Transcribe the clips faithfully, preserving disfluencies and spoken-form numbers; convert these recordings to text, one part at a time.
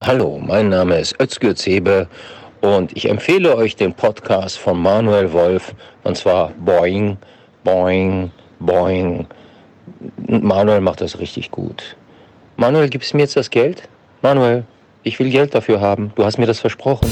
Hallo, mein Name ist Özgür Zebe und ich empfehle euch den Podcast von Manuel Wolf, und zwar Boing, Boing, Boing. Manuel macht das richtig gut. Manuel, gibst du mir jetzt das Geld? Manuel, ich will Geld dafür haben. Du hast mir das versprochen.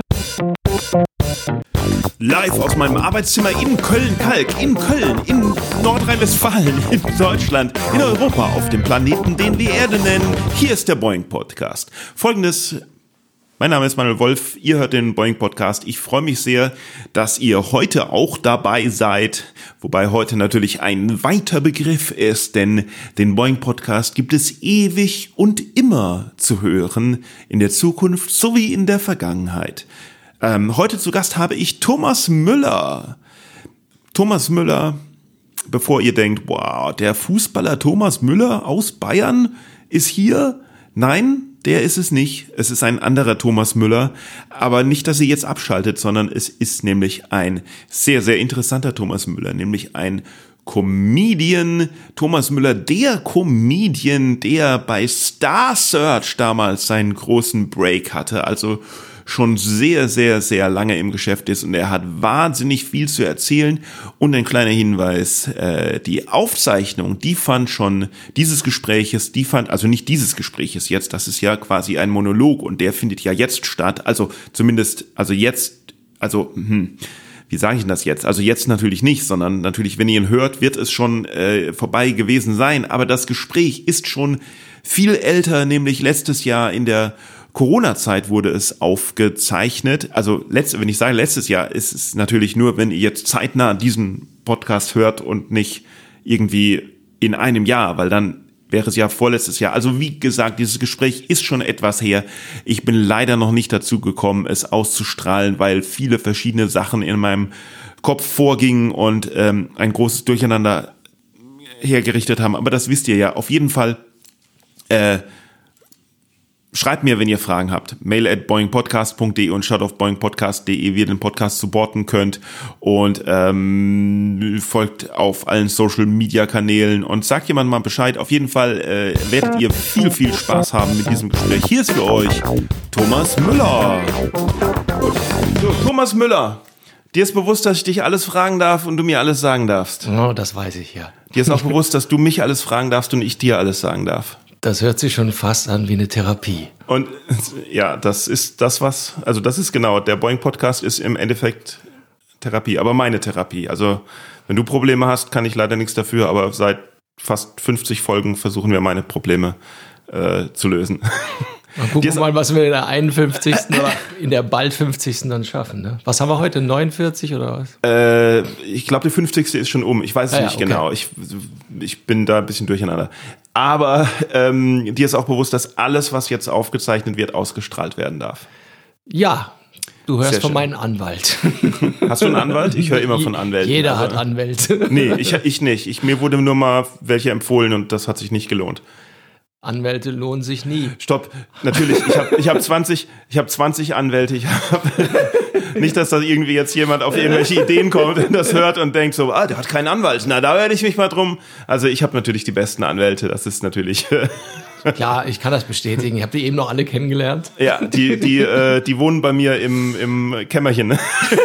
Live aus meinem Arbeitszimmer in Köln-Kalk, in Köln, in Nordrhein-Westfalen, in Deutschland, in Europa, auf dem Planeten, den wir Erde nennen. Hier ist der Boing Podcast. Folgendes: Mein Name ist Manuel Wolf, ihr hört den Boing Podcast. Ich freue mich sehr, dass ihr heute auch dabei seid, wobei heute natürlich ein weiter Begriff ist, denn den Boing Podcast gibt es ewig und immer zu hören, in der Zukunft sowie in der Vergangenheit. Ähm, heute zu Gast habe ich Thomas Müller. Thomas Müller, bevor ihr denkt, wow, der Fußballer Thomas Müller aus Bayern ist hier. Nein, der ist es nicht. Es ist ein anderer Thomas Müller. Aber nicht, dass ihr jetzt abschaltet, sondern es ist nämlich ein sehr, sehr interessanter Thomas Müller, nämlich ein Comedian. Thomas Müller, der Comedian, der bei Star Search damals seinen großen Break hatte. Also schon sehr, sehr, sehr lange im Geschäft ist und er hat wahnsinnig viel zu erzählen. Und ein kleiner Hinweis, äh, die Aufzeichnung, die fand schon dieses Gespräches, die fand, also nicht dieses Gespräches jetzt, das ist ja quasi ein Monolog und der findet ja jetzt statt, also zumindest, also jetzt, also, hm, wie sage ich denn das jetzt? Also jetzt natürlich nicht, sondern natürlich, wenn ihr ihn hört, wird es schon äh, vorbei gewesen sein, aber das Gespräch ist schon viel älter, nämlich letztes Jahr in der Corona-Zeit wurde es aufgezeichnet. Also letzt, wenn ich sage letztes Jahr, ist es natürlich nur, wenn ihr jetzt zeitnah diesen Podcast hört und nicht irgendwie in einem Jahr, weil dann wäre es ja vorletztes Jahr. Also wie gesagt, dieses Gespräch ist schon etwas her. Ich bin leider noch nicht dazu gekommen, es auszustrahlen, weil viele verschiedene Sachen in meinem Kopf vorgingen und ähm, ein großes Durcheinander hergerichtet haben. Aber das wisst ihr ja. Auf jeden Fall äh, schreibt mir, wenn ihr Fragen habt. Mail at boingpodcast punkt de und schaut auf boingpodcast punkt de, wie ihr den Podcast supporten könnt. Und ähm, folgt auf allen Social-Media-Kanälen und sagt jemand mal Bescheid. Auf jeden Fall äh, werdet ihr viel, viel Spaß haben mit diesem Gespräch. Hier ist für euch Thomas Müller. So, Thomas Müller, dir ist bewusst, dass ich dich alles fragen darf und du mir alles sagen darfst. Oh, das weiß ich ja. Dir ist auch bewusst, dass du mich alles fragen darfst und ich dir alles sagen darf. Das hört sich schon fast an wie eine Therapie. Und ja, das ist das, was, also das ist genau, der Boing Podcast ist im Endeffekt Therapie, aber meine Therapie. Also wenn du Probleme hast, kann ich leider nichts dafür, aber seit fast fünfzig Folgen versuchen wir meine Probleme äh, zu lösen. Mal gucken wir mal, was wir in der einundfünfzigsten oder in der bald fünfzigsten dann schaffen. Ne? Was haben wir heute, neunundvierzig oder was? Äh, ich glaube, die fünfzigste ist schon um. Ich weiß es ah, nicht ja, okay. genau. Ich, ich bin da ein bisschen durcheinander. Aber ähm, dir ist auch bewusst, dass alles, was jetzt aufgezeichnet wird, ausgestrahlt werden darf. Ja, du hörst Sehr von schön. meinem Anwalt. Hast du einen Anwalt? Ich höre immer von Anwälten. Jeder also, hat Anwälte. Nee, ich, ich nicht. Ich, mir wurde nur mal welche empfohlen und das hat sich nicht gelohnt. Anwälte lohnen sich nie. Stopp, natürlich, ich habe ich hab zwanzig, ich hab zwanzig Anwälte. Ich hab nicht, dass da irgendwie jetzt jemand auf irgendwelche Ideen kommt und das hört und denkt so, ah, der hat keinen Anwalt. Na, da werde ich mich mal drum. Also ich habe natürlich die besten Anwälte, das ist natürlich... Ja, ich kann das bestätigen. Ich habe die eben noch alle kennengelernt. Ja, die die äh, die wohnen bei mir im im Kämmerchen.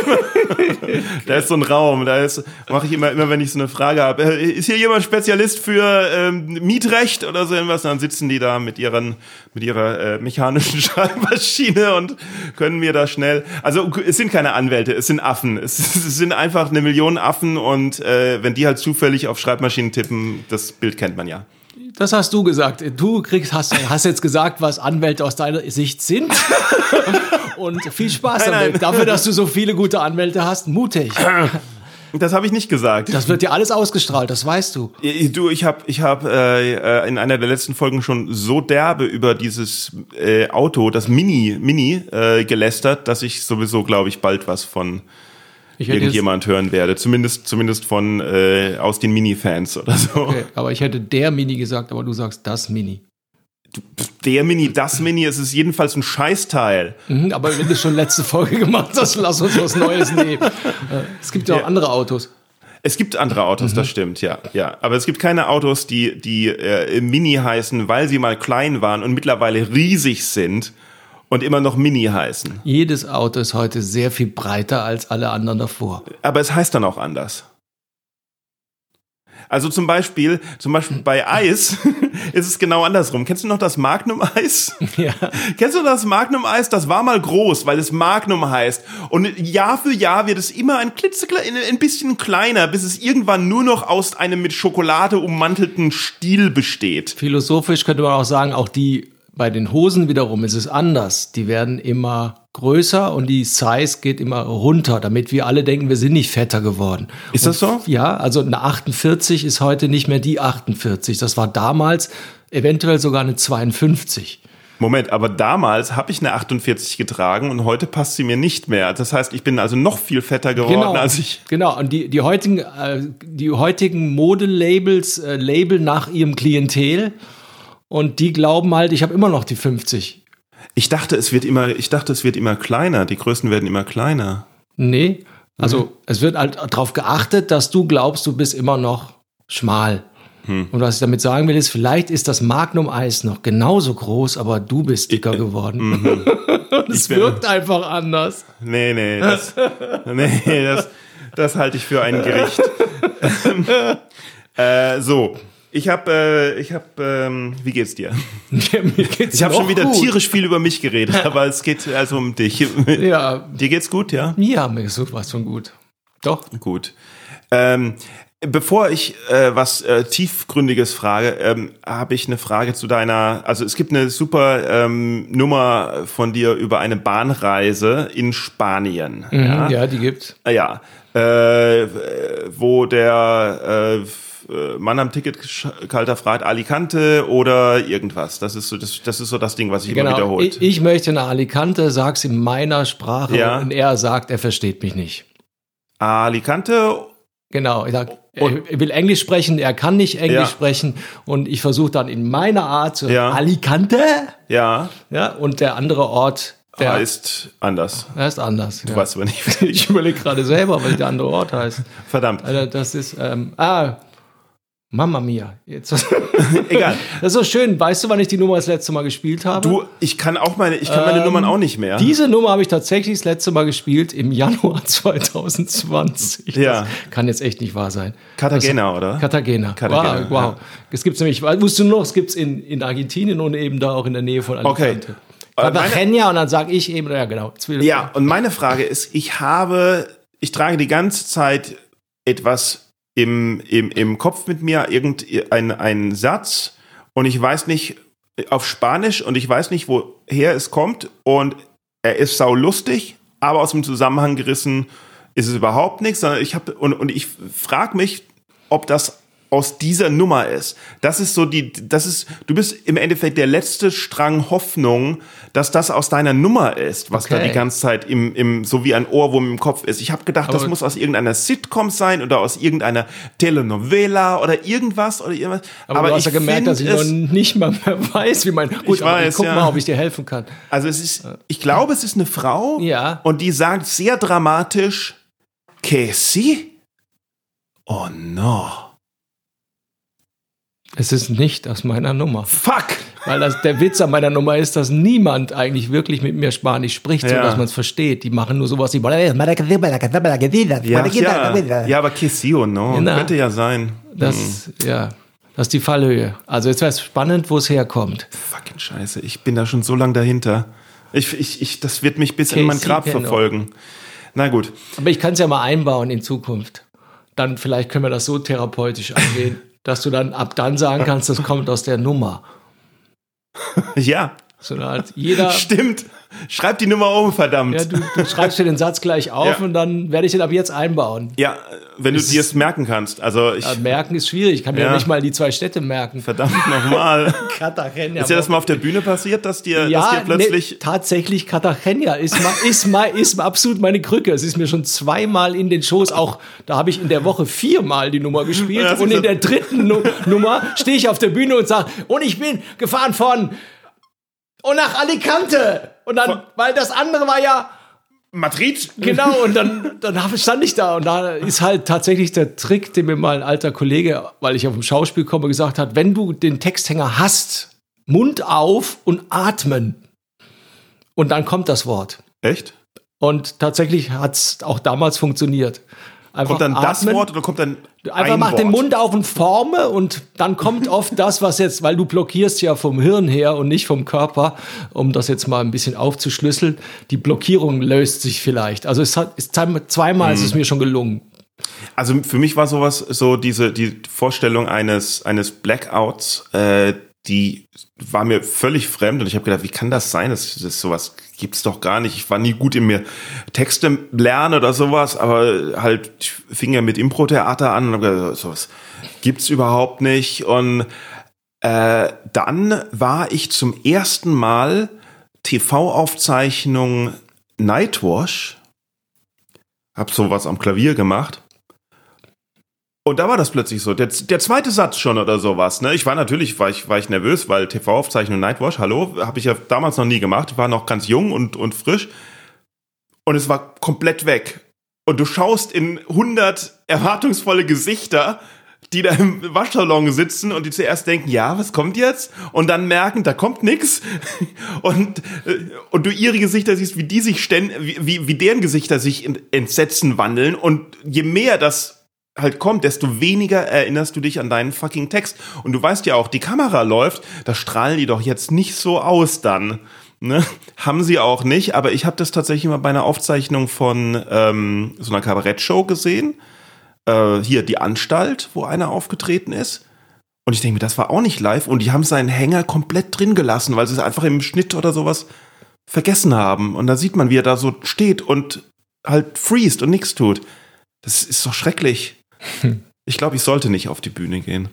Da ist so ein Raum, da ist mache ich immer immer wenn ich so eine Frage habe, ist hier jemand Spezialist für ähm, Mietrecht oder so irgendwas, dann sitzen die da mit ihren mit ihrer äh, mechanischen Schreibmaschine und können mir da schnell, also es sind keine Anwälte, es sind Affen. Es, es sind einfach eine Million Affen und äh, wenn die halt zufällig auf Schreibmaschinen tippen, das Bild kennt man ja. Das hast du gesagt. Du kriegst, hast, hast jetzt gesagt, was Anwälte aus deiner Sicht sind. Und viel Spaß nein, damit. nein. Dafür, dass du so viele gute Anwälte hast, mutig. Das habe ich nicht gesagt. Das wird dir alles ausgestrahlt, das weißt du. Du, ich habe ich hab, äh, in einer der letzten Folgen schon so derbe über dieses äh, Auto, das Mini, Mini äh, gelästert, dass ich sowieso, glaube ich, bald was von ich irgendjemand hören werde. Zumindest zumindest von äh, aus den Mini-Fans oder so. Okay, aber ich hätte der Mini gesagt, aber du sagst das Mini. Der Mini, das Mini, es ist jedenfalls ein Scheißteil. Mhm, aber wenn du schon letzte Folge gemacht hast, lass uns was Neues nehmen. Es gibt ja auch ja. andere Autos. Es gibt andere Autos, mhm. das stimmt, ja, ja. Aber es gibt keine Autos, die die äh, Mini heißen, weil sie mal klein waren und mittlerweile riesig sind Und immer noch Mini heißen. Jedes Auto ist heute sehr viel breiter als alle anderen davor. Aber es heißt dann auch anders. Also zum Beispiel, zum Beispiel bei Eis ist es genau andersrum. Kennst du noch das Magnum-Eis? Ja. Kennst du das Magnum-Eis? Das war mal groß, weil es Magnum heißt. Und Jahr für Jahr wird es immer ein klitzeklein, ein bisschen kleiner, bis es irgendwann nur noch aus einem mit Schokolade ummantelten Stiel besteht. Philosophisch könnte man auch sagen, auch die bei den Hosen wiederum ist es anders. Die werden immer größer und die Size geht immer runter, damit wir alle denken, wir sind nicht fetter geworden. Ist das so? Ja, also eine achtundvierzig ist heute nicht mehr die achtundvierzig. Das war damals eventuell sogar eine zweiundfünfzig. Moment, aber damals habe ich eine achtundvierzig getragen und heute passt sie mir nicht mehr. Das heißt, ich bin also noch viel fetter geworden, Genau, als ich... genau. Und die, die heutigen, äh, die heutigen Modelabels äh, labeln nach ihrem Klientel und die glauben halt, ich habe immer noch die fünfzig. Ich dachte, es wird immer, ich dachte, es wird immer kleiner. Die Größen werden immer kleiner. Nee, also Mhm. es wird halt darauf geachtet, dass du glaubst, du bist immer noch schmal. Hm. Und was ich damit sagen will, ist, vielleicht ist das Magnum-Eis noch genauso groß, aber du bist dicker geworden. Mhm. Es bin- wirkt einfach anders. Nee, nee, das, nee, das, das halte ich für ein Gericht. äh, so, ich habe, äh, ich habe, ähm, wie geht's dir? Ja, mir geht's Ich habe noch schon wieder gut. tierisch viel über mich geredet, aber es geht also um dich. Ja, Dir geht's gut, ja? ja, mir ist sowas von gut. Doch. Gut. Ähm, bevor ich äh, was äh, tiefgründiges frage, ähm, habe ich eine Frage zu deiner, also es gibt eine super ähm, Nummer von dir über eine Bahnreise in Spanien. Mhm, ja? ja, die gibt's. Ah, ja, äh, wo der äh, Mann am Ticketschalter fragt, Alicante oder irgendwas. Das ist so das, das ist so das Ding, was sich immer Genau. wiederholt. Ich, ich möchte nach Alicante, sag's in meiner Sprache Ja. und er sagt, er versteht mich nicht. Alicante. Genau, ich sag, er will Englisch sprechen, er kann nicht Englisch Ja. sprechen und ich versuche dann in meiner Art zu Ja. Alicante, Ja, ja, und der andere Ort, der heißt anders. der ist anders. Du ja. weißt aber nicht. Ich überlege gerade selber, weil der andere Ort heißt. Verdammt. Also das ist, ähm, ah, Mamma Mia. Jetzt. Egal. Das ist so schön. Weißt du, wann ich die Nummer das letzte Mal gespielt habe? Du, ich kann auch meine, ich kann meine Ähm, Nummern auch nicht mehr. Diese Nummer habe ich tatsächlich das letzte Mal gespielt im Januar zwanzig zwanzig. Ja. Das kann jetzt echt nicht wahr sein. Cartagena, oder? Cartagena. Cartagena, wow, wow. Es gibt's nämlich, wusstest du noch, es gibt's in, in Argentinien und eben da auch in der Nähe von Alicante. Äh, Cartagena und dann sage ich eben, ja genau. Ja, und meine Frage ist, ich habe, ich trage die ganze Zeit etwas im, im, im Kopf mit mir, irgendeinen einen Satz und ich weiß nicht, auf Spanisch und ich weiß nicht, woher es kommt und er ist saulustig, aber aus dem Zusammenhang gerissen ist es überhaupt nichts, sondern ich habe, und, und ich frage mich, ob das aus dieser Nummer ist. Das ist so die, das ist, du bist im Endeffekt der letzte Strang Hoffnung, dass das aus deiner Nummer ist, was Okay. da die ganze Zeit im, im, so wie ein Ohrwurm im Kopf ist. Ich habe gedacht, das Aber- muss aus irgendeiner Sitcom sein oder aus irgendeiner Telenovela oder irgendwas oder irgendwas. Aber, du hast ja ich gemerkt, find dass ich es, noch nicht mal mehr weiß, wie mein. Gut, Ich aber weiß, ich guck ja. mal, ob ich dir helfen kann. also es ist, ich glaube, es ist eine Frau Ja. und die sagt sehr dramatisch, que sí? Oh no. Es ist nicht aus meiner Nummer. Fuck! Weil das, der Witz an meiner Nummer ist, dass niemand eigentlich wirklich mit mir Spanisch spricht, so Ja. dass man es versteht. Die machen nur sowas wie. Ja, ja, ja, aber que sí o no. Genau. Könnte ja sein. Das, ja, das ist die Fallhöhe. Also jetzt wäre es spannend, wo es herkommt. Fucking Scheiße, ich bin da schon so lange dahinter. Ich, ich, ich, das wird mich bis Que in mein sí, Grab que no. verfolgen. Na gut. Aber ich kann es ja mal einbauen in Zukunft. Dann vielleicht können wir das so therapeutisch angehen, dass du dann ab dann sagen kannst, das kommt aus der Nummer. Ja, So eine Art, jeder. stimmt. Schreib die Nummer um, verdammt. Ja, du, du schreibst dir den Satz gleich auf Ja. und dann werde ich den ab jetzt einbauen. Ja, wenn du dir es merken kannst. Also ich, Ja, merken ist schwierig. Ich kann mir Ja. ja nicht mal die zwei Städte merken. verdammt nochmal. Cartagena. Ist dir das mal auf der Bühne passiert, dass dir, dass Ja, dir plötzlich... nee, tatsächlich Cartagena ist, ma, ist, ma, ist absolut meine Krücke. Es ist mir schon zweimal in den Shows, auch da habe ich in der Woche viermal die Nummer gespielt Ja, das und ist in der dritten Nu- Nummer stehe ich auf der Bühne und sage, und ich bin gefahren von und nach Alicante. Und dann, weil das andere war ja Madrid? genau, und dann, dann hab- stand ich da und da ist halt tatsächlich der Trick, den mir mal ein alter Kollege, weil ich auf dem Schauspiel komme, gesagt hat, wenn du den Texthänger hast, Mund auf und atmen. Und dann kommt das Wort. Echt? Und tatsächlich hat es auch damals funktioniert. Einfach kommt dann atmen. Das Wort oder kommt dann Einfach ein mach Wort? den Mund auf und forme und dann kommt oft das, was jetzt, weil du blockierst ja vom Hirn her und nicht vom Körper, um das jetzt mal ein bisschen aufzuschlüsseln. Die Blockierung löst sich vielleicht. Also es hat, es, zweimal hm. ist es mir schon gelungen. Also für mich war sowas, so diese die Vorstellung eines eines Blackouts, äh, die war mir völlig fremd und ich habe gedacht, wie kann das sein? Das, das sowas gibt's doch gar nicht. Ich war nie gut in mir Texte lernen oder sowas, aber halt ich fing ja mit Impro-Theater an und habe gedacht, sowas gibt's überhaupt nicht. Und äh, dann war ich zum ersten Mal T V-Aufzeichnung Nightwash, hab sowas am Klavier gemacht. Und da war das plötzlich so, der, der zweite Satz schon oder sowas, ne? Ich war natürlich, war ich, war ich nervös, weil T V-Aufzeichnung Nightwash, hallo, habe ich ja damals noch nie gemacht, war noch ganz jung und, und frisch. Und es war komplett weg. Und du schaust in hundert erwartungsvolle Gesichter, die da im Waschsalon sitzen und die zuerst denken, ja, was kommt jetzt? Und dann merken, da kommt nix. Und, und du ihre Gesichter siehst, wie die sich ständ, wie, wie deren Gesichter sich in Entsetzen wandeln. Und je mehr das halt kommt, desto weniger erinnerst du dich an deinen fucking Text. Und du weißt ja auch, die Kamera läuft, da strahlen die doch jetzt nicht so aus dann. Ne? Haben sie auch nicht, aber ich habe das tatsächlich mal bei einer Aufzeichnung von ähm, so einer Kabarettshow gesehen. Äh, hier die Anstalt, wo einer aufgetreten ist. Und ich denke mir, das war auch nicht live. Und die haben seinen Hänger komplett drin gelassen, weil sie es einfach im Schnitt oder sowas vergessen haben. Und da sieht man, wie er da so steht und halt freest und nichts tut. Das ist doch schrecklich. Ich glaube, ich sollte nicht auf die Bühne gehen.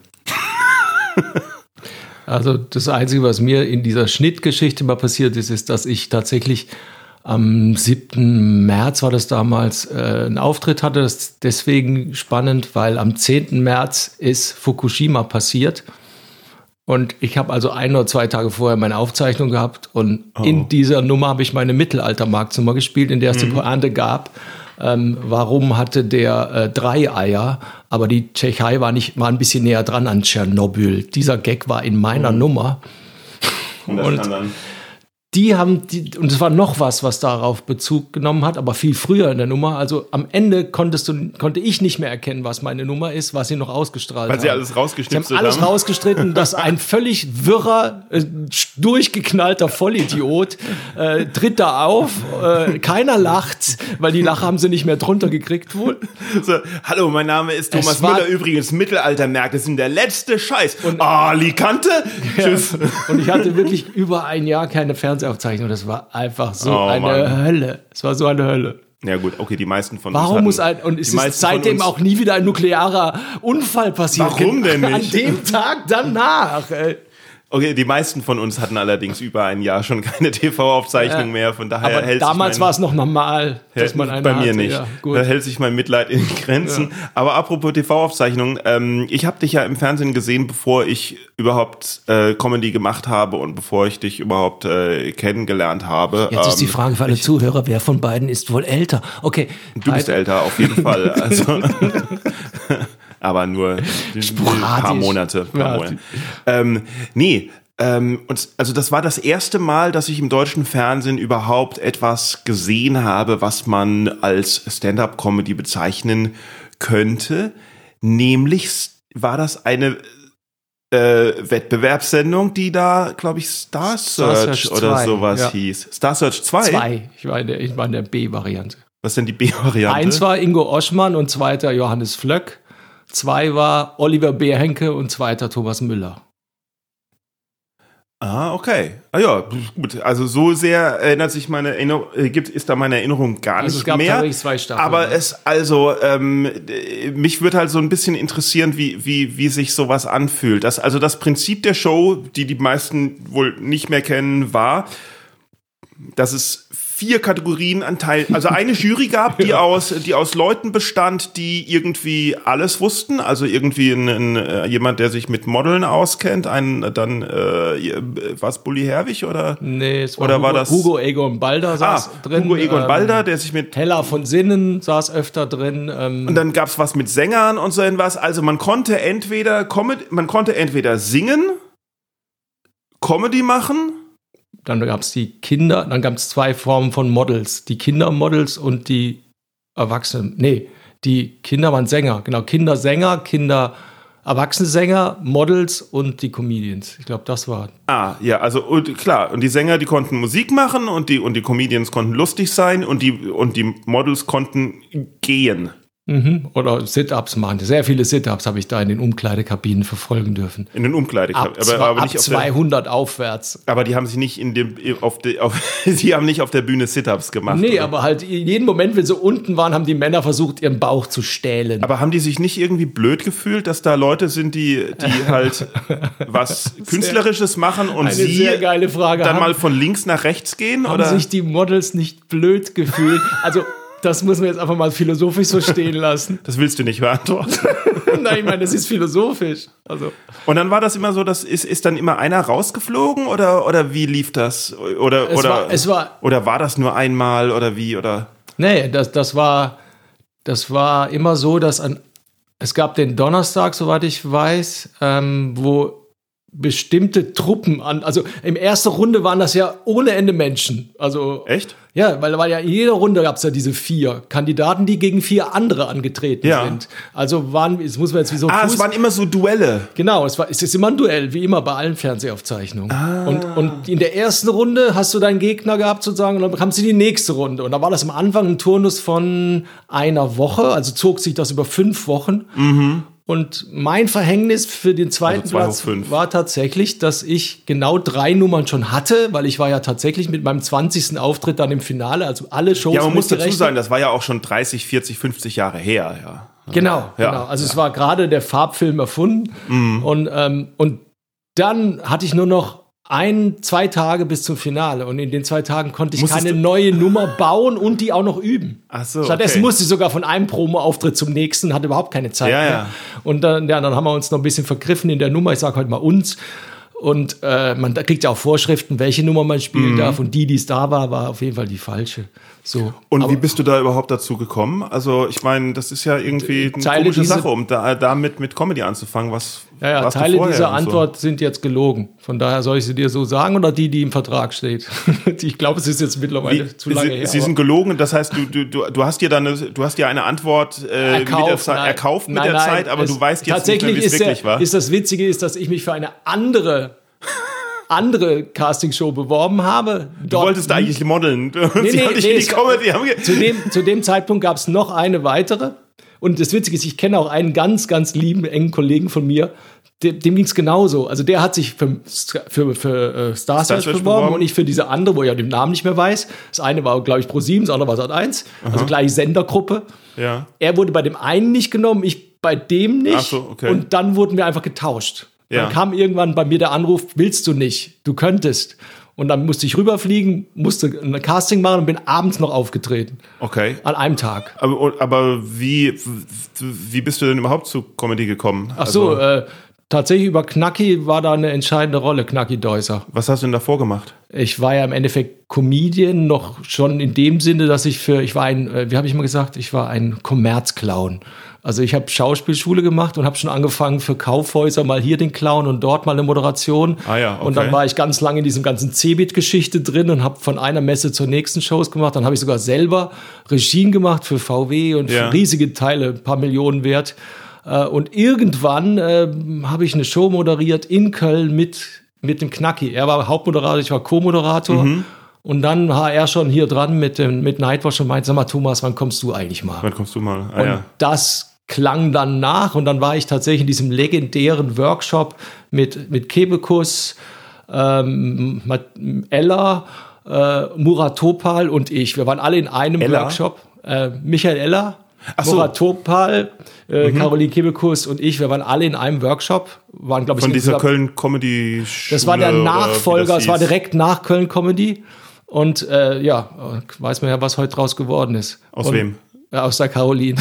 Also das Einzige, was mir in dieser Schnittgeschichte mal passiert ist, ist, dass ich tatsächlich am siebten März war das damals, äh, einen Auftritt hatte. Das ist deswegen spannend, weil am zehnten März ist Fukushima passiert. Und ich habe also ein oder zwei Tage vorher meine Aufzeichnung gehabt. Und oh. in dieser Nummer habe ich meine Mittelaltermarktnummer gespielt, in der es mhm. die Pointe gab. Ähm, warum hatte der äh, drei Eier, aber die Tschechei war nicht, war ein bisschen näher dran an Tschernobyl. Dieser Gag war in meiner mhm. Nummer. Und, das und dann die haben, die, und es war noch was, was darauf Bezug genommen hat, aber viel früher in der Nummer. Also am Ende konntest du, konnte ich nicht mehr erkennen, was meine Nummer ist, was sie noch ausgestrahlt haben. Weil sie alles rausgeschnitten haben. Sie haben alles rausgestritten, dass ein völlig wirrer, äh, durchgeknallter Vollidiot äh, tritt da auf. Äh, keiner lacht, weil die Lache haben sie nicht mehr drunter gekriegt wohl. So, hallo, mein Name ist Thomas Müller, übrigens Mittelaltermärkte sind der letzte Scheiß. Und Alicante? Ja. Tschüss. Und ich hatte wirklich über ein Jahr keine Fernsehaufzeichnung. Das war einfach so oh, eine Mann. Hölle. Es war so eine Hölle. Ja gut, okay, die meisten von Warum uns Warum muss ein, und es ist seitdem auch nie wieder ein nuklearer Unfall passiert? Warum denn nicht? An dem Tag danach, ey. Okay, die meisten von uns hatten allerdings über ein Jahr schon keine T V-Aufzeichnung ja, mehr, von daher aber hält damals sich mein, war es noch normal, dass man eine bei mir hatte. nicht. Ja, da hält sich mein Mitleid in Grenzen. Ja. Aber apropos T V-Aufzeichnung, ähm, ich habe dich ja im Fernsehen gesehen, bevor ich überhaupt äh, Comedy gemacht habe und bevor ich dich überhaupt äh, kennengelernt habe. Jetzt ähm, ist die Frage für alle ich, Zuhörer, wer von beiden ist wohl älter? Okay. Du bist älter, auf jeden Fall. Also aber nur ein paar Monate. Paar ja. Monate. Ähm, nee, Ähm, und also das war das erste Mal, dass ich im deutschen Fernsehen überhaupt etwas gesehen habe, was man als Stand-up-Comedy bezeichnen könnte. Nämlich war das eine äh, Wettbewerbssendung, die da, glaube ich, Star Search, Star Search oder zwei, sowas ja. hieß. Star Search zwei? Zwei. Ich war in der, ich war in der B-Variante. Was ist denn die B-Variante? Eins war Ingo Oschmann und zweiter Johannes Flöck. Zwei war Oliver Behrhenke und zweiter Thomas Müller. Ah, okay. Ah ja, gut. Also so sehr erinnert sich meine Erinnerung, gibt ist da meine Erinnerung gar also nicht es gab mehr. tatsächlich zwei Staffeln. Aber ja. es also ähm, mich würde halt so ein bisschen interessieren, wie wie wie sich sowas anfühlt. Das also das Prinzip der Show, die die meisten wohl nicht mehr kennen, war, dass es vier Kategorien an Teil, also eine Jury gab, die aus, die aus Leuten bestand, die irgendwie alles wussten, also irgendwie ein, ein, jemand, der sich mit Modeln auskennt, ein, dann, äh, was, Bully Herwig oder? Nee, es war, oder Hugo, war das Hugo Egon Balder saß ah, drin. Hugo Egon ähm, Balder, der sich mit Hella von Sinnen saß öfter drin. Ähm, und dann gab's was mit Sängern und so etwas, also man konnte entweder, Comedy, man konnte entweder singen, Comedy machen, dann gab es die Kinder, dann gab es zwei Formen von Models. Die Kindermodels und die Erwachsenen. Nee, die Kinder waren Sänger. Genau, Kindersänger, Kinder, Erwachsene Sänger, Models und die Comedians. Ich glaube, das war. Ah, ja, also und, klar. Und die Sänger, die konnten Musik machen und die, und die Comedians konnten lustig sein und die, und die Models konnten gehen. Mhm. Oder Sit-Ups machen. Sehr viele Sit-Ups habe ich da in den Umkleidekabinen verfolgen dürfen. In den Umkleidekabinen. Ab, aber, aber ab nicht auf zweihundert der, aufwärts. Aber die haben sich nicht in dem, auf de, auf, die haben nicht auf der Bühne Sit-Ups gemacht. Nee, oder? Aber halt jeden Moment, wenn sie unten waren, haben die Männer versucht, ihren Bauch zu stählen. Aber haben die sich nicht irgendwie blöd gefühlt, dass da Leute sind, die, die halt was Künstlerisches machen und eine sie sehr geile Frage dann haben, mal von links nach rechts gehen? Haben oder? sich die Models nicht blöd gefühlt? Also das muss man jetzt einfach mal philosophisch so stehen lassen. Das willst du nicht beantworten. Nein, ich meine, das ist philosophisch. Also. Und dann war das immer so, dass ist, ist dann immer einer rausgeflogen oder, oder wie lief das? Oder, es oder, war, es war, oder war das nur einmal oder wie? Oder? Nee, das, das, war, das war immer so, dass an, es gab den Donnerstag, soweit ich weiß, ähm, wo bestimmte Truppen an, also in erster Runde waren das ja ohne Ende Menschen. Also echt? Ja, weil, weil ja in jeder Runde gab es ja diese vier Kandidaten, die gegen vier andere angetreten ja. sind. Also waren, es muss man jetzt wie so Ah, Fuß- es waren immer so Duelle. Genau, es war, es ist immer ein Duell, wie immer bei allen Fernsehaufzeichnungen. Ah. Und, und in der ersten Runde hast du deinen Gegner gehabt sozusagen und dann kamst du in die nächste Runde. Und da war das am Anfang ein Turnus von einer Woche, also zog sich das über fünf Wochen. Mhm. Und mein Verhängnis für den zweiten also Platz war tatsächlich, dass ich genau drei Nummern schon hatte, weil ich war ja tatsächlich mit meinem zwanzigsten Auftritt dann im Finale, also alle Shows. Ja, man muss dazu sagen, das war ja auch schon dreißig, vierzig, fünfzig Jahre her. Ja. Genau, ja. genau. Also ja. es war gerade der Farbfilm erfunden. Mhm. Und, ähm, und dann hatte ich nur noch ein, zwei Tage bis zum Finale. Und in den zwei Tagen konnte ich Musstest keine neue Nummer bauen und die auch noch üben. Ach so, Stattdessen okay. musste ich sogar von einem Promo-Auftritt zum nächsten, hatte überhaupt keine Zeit ja, mehr. Ja. Und dann, ja, dann haben wir uns noch ein bisschen vergriffen in der Nummer. Ich sage heute mal uns. Und äh, man kriegt ja auch Vorschriften, welche Nummer man spielen mhm. darf. Und die, die es da war, war auf jeden Fall die falsche. So. Und Aber, wie bist du da überhaupt dazu gekommen? Also ich meine, das ist ja irgendwie eine Teile komische diese, Sache, um da, damit mit Comedy anzufangen. Was ja, ja, Teile dieser Antwort so? sind jetzt gelogen. Von daher soll ich sie dir so sagen oder die, die im Vertrag steht? Ich glaube, es ist jetzt mittlerweile wie, zu lange sie, her. Sie sind gelogen, das heißt, du, du, du, hast dir dann eine, du hast dir eine Antwort äh, erkauft, mit der Zeit, nein, erkauft mit nein, der nein, Zeit, aber es, du weißt jetzt nicht mehr, wie es wirklich der, war. Ist das Witzige ist, dass ich mich für eine andere andere Castingshow beworben habe. Du wolltest da eigentlich modeln. Nee, nee, Sie haben dich nee, in die Comedy. Zu dem, zu dem Zeitpunkt gab es noch eine weitere. Und das Witzige ist, ich kenne auch einen ganz, ganz lieben, engen Kollegen von mir, dem, dem ging es genauso. Also der hat sich für, für, für uh, Star Search beworben, beworben und ich für diese andere, wo ich ja den Namen nicht mehr weiß. Das eine war, glaube ich, ProSieben, das andere war Sat eins. Also gleich Sendergruppe. Ja. Er wurde bei dem einen nicht genommen, ich bei dem nicht. Ach so, okay. Und dann wurden wir einfach getauscht. Ja. Dann kam irgendwann bei mir der Anruf, willst du nicht? Du könntest. Und dann musste ich rüberfliegen, musste ein Casting machen und bin abends noch aufgetreten. Okay. An einem Tag. Aber, aber wie, wie bist du denn überhaupt zu Comedy gekommen? Ach so, also, äh, tatsächlich über Knacki war da eine entscheidende Rolle, Knacki Deusser. Was hast du denn davor gemacht? Ich war ja im Endeffekt Comedian, noch schon in dem Sinne, dass ich für, ich war ein, äh, wie habe ich mal gesagt, ich war ein Kommerzclown. Also ich habe Schauspielschule gemacht und habe schon angefangen für Kaufhäuser mal hier den Clown und dort mal eine Moderation. Ah ja, okay. Und dann war ich ganz lange in diesem ganzen Cebit-Geschichte drin und habe von einer Messe zur nächsten Shows gemacht. Dann habe ich sogar selber Regien gemacht für V W und ja. für riesige Teile, ein paar Millionen wert. Und irgendwann äh, habe ich eine Show moderiert in Köln mit, mit dem Knacki. Er war Hauptmoderator, ich war Co-Moderator. Mhm. Und dann war er schon hier dran mit, dem, mit Nightwatch und meinte, sag mal, Thomas, wann kommst du eigentlich mal? Wann kommst du mal? Ah, und ja. das klang dann nach und dann war ich tatsächlich in diesem legendären Workshop mit, mit Kebekus, ähm, Ella, äh, Murat Topal und ich. Wir waren alle in einem Ella? Workshop. Äh, Michael Eller, Ach so. Murat Topal, äh, mhm. Caroline Kebekus und ich. Wir waren alle in einem Workshop. Waren, glaub ich, Von dieser Köln-Comedy-Schule? Das war der Nachfolger, es war hieß. direkt nach Köln-Comedy. Und äh, ja, weiß man ja, was heute draus geworden ist. Aus und, wem? Ja, aus der Caroline.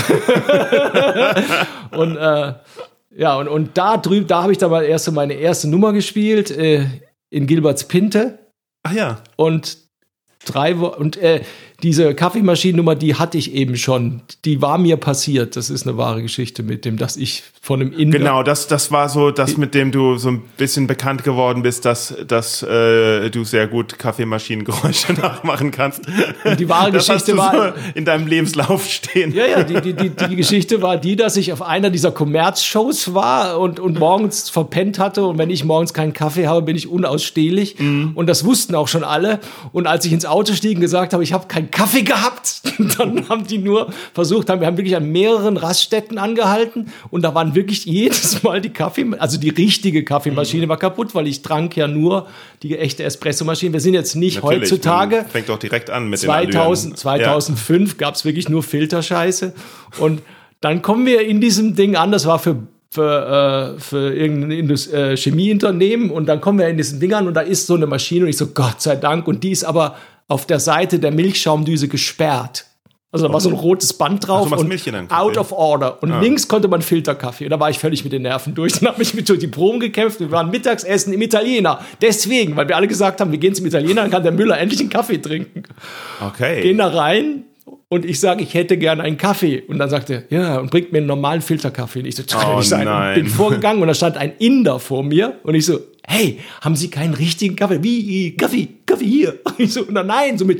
und äh, ja, und, und da drüben, da habe ich dann mal erst meine erste Nummer gespielt, äh, in Gilberts Pinte. Ach ja. Und drei Wochen. Und äh, diese Kaffeemaschinennummer, die hatte ich eben schon. Die war mir passiert. Das ist eine wahre Geschichte mit dem, dass ich von einem Inder... Genau, das, das war so das, mit dem du so ein bisschen bekannt geworden bist, dass, dass äh, du sehr gut Kaffeemaschinengeräusche nachmachen kannst. Und die wahre das Geschichte hast du war... so in deinem Lebenslauf stehen. Ja, ja, die, die, die, die Geschichte war die, dass ich auf einer dieser Kommerzshows war und, und morgens verpennt hatte. Und wenn ich morgens keinen Kaffee habe, bin ich unausstehlich. Mhm. Und das wussten auch schon alle. Und als ich ins Auto stieg und gesagt habe, ich habe keinen Kaffee gehabt, dann haben die nur versucht, haben, wir haben wirklich an mehreren Raststätten angehalten und da waren wirklich jedes Mal die Kaffee, also die richtige Kaffeemaschine war kaputt, weil ich trank ja nur die echte Espressomaschine. Wir sind jetzt nicht Natürlich, heutzutage. Fängt doch direkt an mit zweitausend, den zweitausendfünf ja. Gab es wirklich nur Filterscheiße und dann kommen wir in diesem Ding an, das war für für, äh, für irgendein Indus- äh, Chemieunternehmen und dann kommen wir in diesen Ding an und da ist so eine Maschine und ich so, Gott sei Dank, und die ist aber auf der Seite der Milchschaumdüse gesperrt. Also da war so ein rotes Band drauf also, und out of order. Und ah. links konnte man Filterkaffee. Und da war ich völlig mit den Nerven durch. Dann habe ich mich durch die Proben gekämpft. Wir waren Mittagsessen im Italiener. Deswegen, weil wir alle gesagt haben, wir gehen zum Italiener, dann kann der Müller endlich einen Kaffee trinken. Okay. Gehen da rein und ich sage, ich hätte gerne einen Kaffee. Und dann sagt er, ja, und bringt mir einen normalen Filterkaffee. Und ich so, das kann oh, nicht sein. Und bin vorgegangen und da stand ein Inder vor mir. Und ich so, hey, haben Sie keinen richtigen Kaffee? Wie, Kaffee, Kaffee hier. Und ich so, und dann nein, so mit...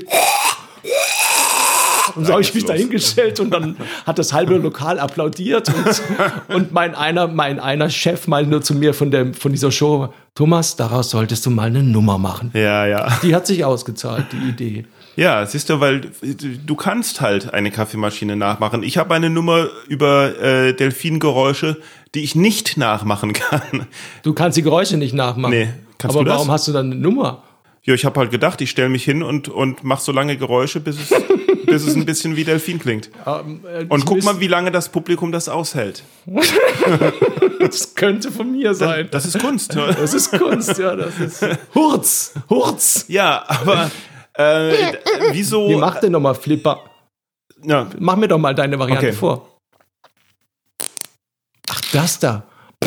Und so habe ich mich da hingestellt und dann hat das halbe Lokal applaudiert und, und mein einer, mein einer Chef meinte nur zu mir von, der, von dieser Show, Thomas, daraus solltest du mal eine Nummer machen. Ja, ja. Die hat sich ausgezahlt, die Idee. Ja, siehst du, weil du kannst halt eine Kaffeemaschine nachmachen. Ich habe eine Nummer über äh, Delfingeräusche, die ich nicht nachmachen kann. Du kannst die Geräusche nicht nachmachen? Nee, kannst Aber du das? Warum hast du dann eine Nummer? Ja, ich habe halt gedacht, ich stelle mich hin und, und mache so lange Geräusche, bis es, bis es ein bisschen wie Delfin klingt. Um, äh, und guck mal, wie lange das Publikum das aushält. Das könnte von mir sein. Das, das ist Kunst. Das ist Kunst, ja. Das ist Hurz, Hurz. Ja, aber äh, wieso... Wie macht denn nochmal Flipper? Ja. Mach mir doch mal deine Variante okay. vor. Ach, das da.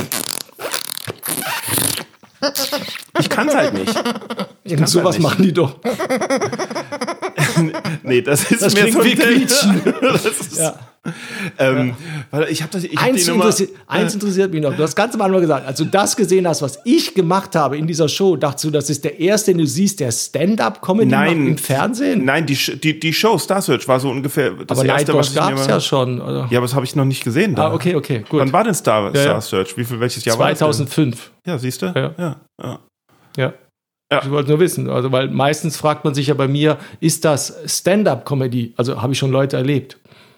Ich kann's halt nicht. Irgend sowas halt machen die doch. Nee, das ist das mir so wie Quietschen. Das ist, ja. Ähm, weil ich habe das. Ich hab eins, die Nummer, interessiert, eins interessiert mich noch. Du hast ganz am Anfang gesagt, als du das gesehen hast, was ich gemacht habe in dieser Show, dachtest du, das ist der erste, den du siehst, der Stand-up-Comedy macht im Fernsehen? Nein, die, die, die Show Star Search war so ungefähr das aber erste, was ich gab es ja schon. Oder? Ja, aber das habe ich noch nicht gesehen. Da. Ah, okay, okay, gut. Wann war denn Star, ja, Star Search? Wie viel, welches Jahr zweitausendfünf. war das? Ja, siehst du? Ja. Ja. ja. ja. Ja. Ich wollte nur wissen, also weil meistens fragt man sich ja bei mir, ist das Stand-up-Comedy? Also habe ich schon Leute erlebt.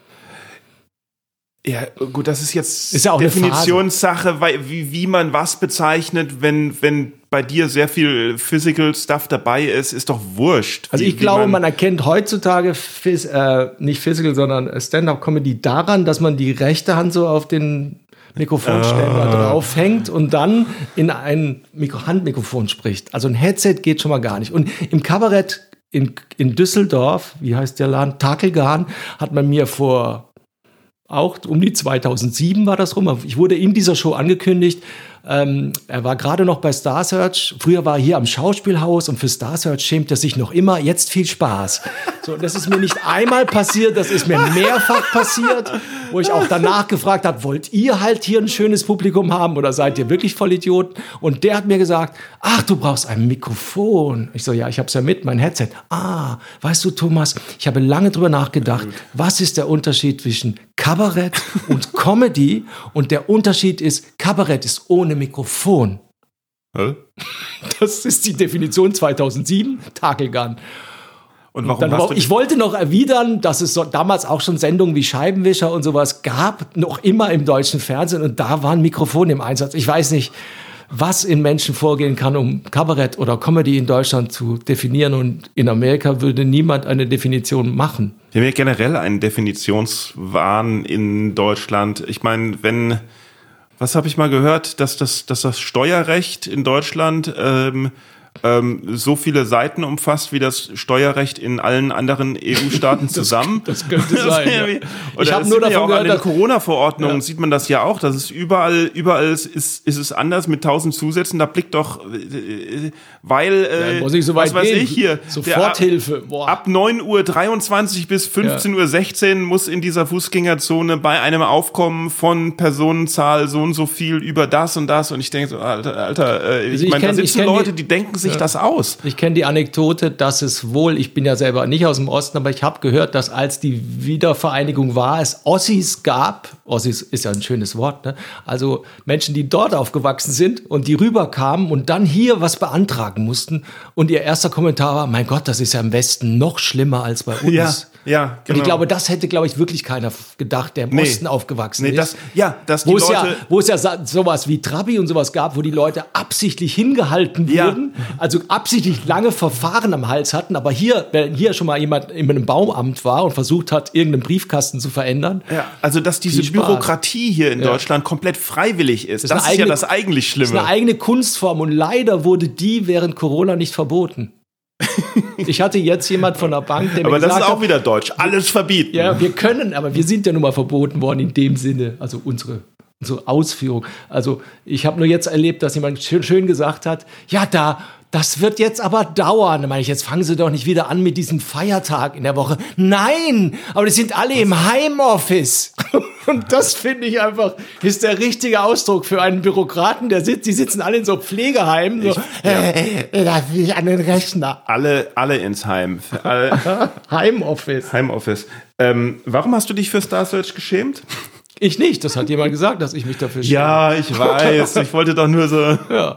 Ja, gut, das ist jetzt ist ja auch Definitionssache, weil, wie, wie man was bezeichnet, wenn, wenn bei dir sehr viel Physical Stuff dabei ist, ist doch wurscht. Also wie, ich glaube, man, man erkennt heutzutage phys- äh, nicht Physical, sondern Stand-up-Comedy daran, dass man die rechte Hand so auf den Mikrofonständer ah. draufhängt und dann in ein Mikro- Handmikrofon spricht. Also ein Headset geht schon mal gar nicht. Und im Kabarett in, in Düsseldorf, wie heißt der Laden? Takelgarn, hat man mir vor auch um die zweitausendsieben war das rum. Ich wurde in dieser Show angekündigt. Ähm, er war gerade noch bei Star Search. Früher war er hier am Schauspielhaus und für Star Search schämt er sich noch immer. Jetzt viel Spaß. So, das ist mir nicht einmal passiert, das ist mir mehrfach passiert, wo ich auch danach gefragt habe, wollt ihr halt hier ein schönes Publikum haben oder seid ihr wirklich Vollidioten? Und der hat mir gesagt, ach, du brauchst ein Mikrofon. Ich so, ja, ich hab's ja mit, mein Headset. Ah, weißt du, Thomas, ich habe lange drüber nachgedacht, was ist der Unterschied zwischen Kabarett und Comedy? Und der Unterschied ist, Kabarett ist ohne Mikrofon. Hä? Das ist die Definition zweitausendsieben, Takelgarn. Und warum dann, hast du ich wollte noch erwidern, dass es so, damals auch schon Sendungen wie Scheibenwischer und sowas gab, noch immer im deutschen Fernsehen, und da waren Mikrofone im Einsatz. Ich weiß nicht, was in Menschen vorgehen kann, um Kabarett oder Comedy in Deutschland zu definieren, und in Amerika würde niemand eine Definition machen. Wir haben ja generell einen Definitionswahn in Deutschland. Ich meine, wenn, was habe ich mal gehört, dass das, dass das Steuerrecht in Deutschland ähm, ähm, so viele Seiten umfasst wie das Steuerrecht in allen anderen E U-Staaten zusammen. Das, das könnte sein. Ja. Oder ich habe nur davon ja auch gehört, an den Corona-Verordnungen ja. sieht man das ja auch, dass es überall, überall ist, ist, ist es anders mit tausend Zusätzen. Da blickt doch, weil, äh, ja, muss ich so weit was weiß gehen. ich hier, Soforthilfe. Boah. Ab neun Uhr dreiundzwanzig bis fünfzehn Uhr sechzehn ja. muss in dieser Fußgängerzone bei einem Aufkommen von Personenzahl so und so viel über das und das. Und ich denke so, Alter, Alter äh, also ich meine, da sitzen Leute, die, die denken sich ja. das aus. Ich kenne die Anekdote, dass es wohl, ich bin ja selber nicht aus dem Osten, aber ich habe gehört, dass als die Wiedervereinigung war, es Ossis gab, Ossis ist ja ein schönes Wort, ne? Also Menschen, die dort aufgewachsen sind und die rüberkamen und dann hier was beantragen mussten und ihr erster Kommentar war, mein Gott, das ist ja im Westen noch schlimmer als bei uns. Ja. Ja, genau. Und ich glaube, das hätte, glaube ich, wirklich keiner gedacht, der im nee. Osten aufgewachsen nee, ist. Das, ja, dass die wo es Leute... Ja, wo es ja sowas wie Trabi und sowas gab, wo die Leute absichtlich hingehalten ja. wurden, also absichtlich lange Verfahren am Hals hatten, aber hier, wenn hier schon mal jemand in einem Baumamt war und versucht hat, irgendeinen Briefkasten zu verändern. Ja, also dass diese Bürokratie hier in ja. Deutschland komplett freiwillig ist, das, das ist, eigene, ja das eigentlich Schlimme. Das ist eine eigene Kunstform und leider wurde die während Corona nicht verboten. Ich hatte jetzt jemand von der Bank, der mir aber gesagt hat... Aber das ist auch wieder deutsch, alles verbieten. Ja, wir können, aber wir sind ja nun mal verboten worden in dem Sinne, also unsere, unsere Ausführung. Also ich habe nur jetzt erlebt, dass jemand schön, schön gesagt hat, ja, da... Das wird jetzt aber dauern. Da meine ich, jetzt fangen Sie doch nicht wieder an mit diesem Feiertag in der Woche. Nein, aber die sind alle im Heimoffice. Und das finde ich einfach, ist der richtige Ausdruck für einen Bürokraten, der sitzt, die sitzen alle in so Pflegeheimen. So, ich, ja. äh, da will ich an den Rechner. Alle, alle ins Heim. Alle. Heimoffice. Heimoffice. Ähm, warum hast du dich für Star Search geschämt? Ich nicht, das hat jemand gesagt, dass ich mich dafür schäme. Ja, ich weiß. Ich wollte doch nur so... Ja.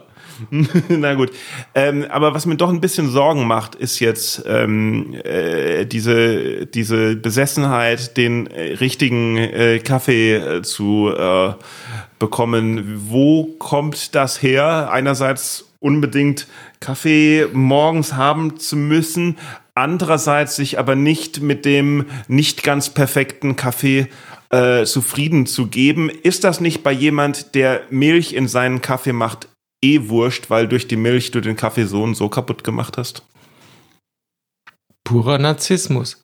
Na gut, ähm, aber was mir doch ein bisschen Sorgen macht, ist jetzt ähm, äh, diese diese Besessenheit, den äh, richtigen äh, Kaffee äh, zu äh, bekommen. Wo kommt das her? Einerseits unbedingt Kaffee morgens haben zu müssen, andererseits sich aber nicht mit dem nicht ganz perfekten Kaffee äh, zufrieden zu geben. Ist das nicht bei jemand, der Milch in seinen Kaffee macht, eh wurscht, weil durch die Milch du den Kaffee so und so kaputt gemacht hast? Purer Narzissmus.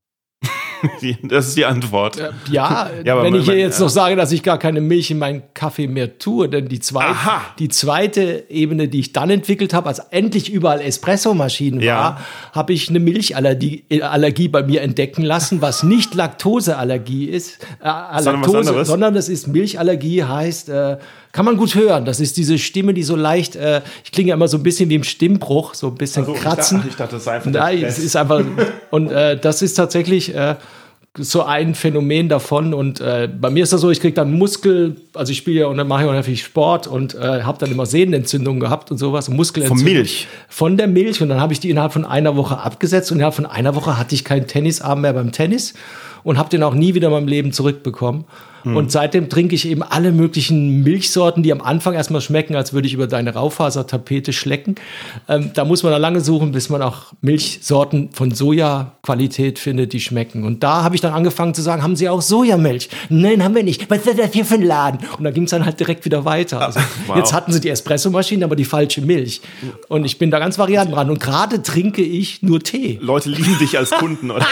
Das ist die Antwort. Ja, ja wenn ich hier jetzt noch sage, dass ich gar keine Milch in meinen Kaffee mehr tue, denn die zweite, die zweite Ebene, die ich dann entwickelt habe, als endlich überall Espressomaschinen ja. war, habe ich eine Milchallergie Allergie bei mir entdecken lassen, was nicht Laktoseallergie ist, äh, Laktose, sondern das ist Milchallergie, heißt, äh, kann man gut hören. Das ist diese Stimme, die so leicht, äh, ich klinge ja immer so ein bisschen wie im Stimmbruch, so ein bisschen also, kratzen. Ich dachte, ich dachte, das ist einfach Nein, es ist einfach, und äh, das ist tatsächlich äh, so ein Phänomen davon. Und äh, bei mir ist das so, ich kriege dann Muskel, also ich spiele ja und dann mache ich auch natürlich Sport und äh, habe dann immer Sehnenentzündungen gehabt und sowas. Muskelentzündung. Von Milch? Von der Milch. Und dann habe ich die innerhalb von einer Woche abgesetzt und innerhalb von einer Woche hatte ich keinen Tennisarm mehr beim Tennis und habe den auch nie wieder in meinem Leben zurückbekommen. Hm. Und seitdem trinke ich eben alle möglichen Milchsorten, die am Anfang erstmal schmecken, als würde ich über deine Raufasertapete schlecken. Ähm, da muss man dann lange suchen, bis man auch Milchsorten von Soja-Qualität findet, die schmecken. Und da habe ich dann angefangen zu sagen, haben Sie auch Sojamilch? Nein, haben wir nicht. Was ist das hier für ein Laden? Und da ging es dann halt direkt wieder weiter. Also, wow. Jetzt hatten sie die Espressomaschine, aber die falsche Milch. Und ich bin da ganz varianten dran. Und gerade trinke ich nur Tee. Leute lieben dich als Kunden, oder?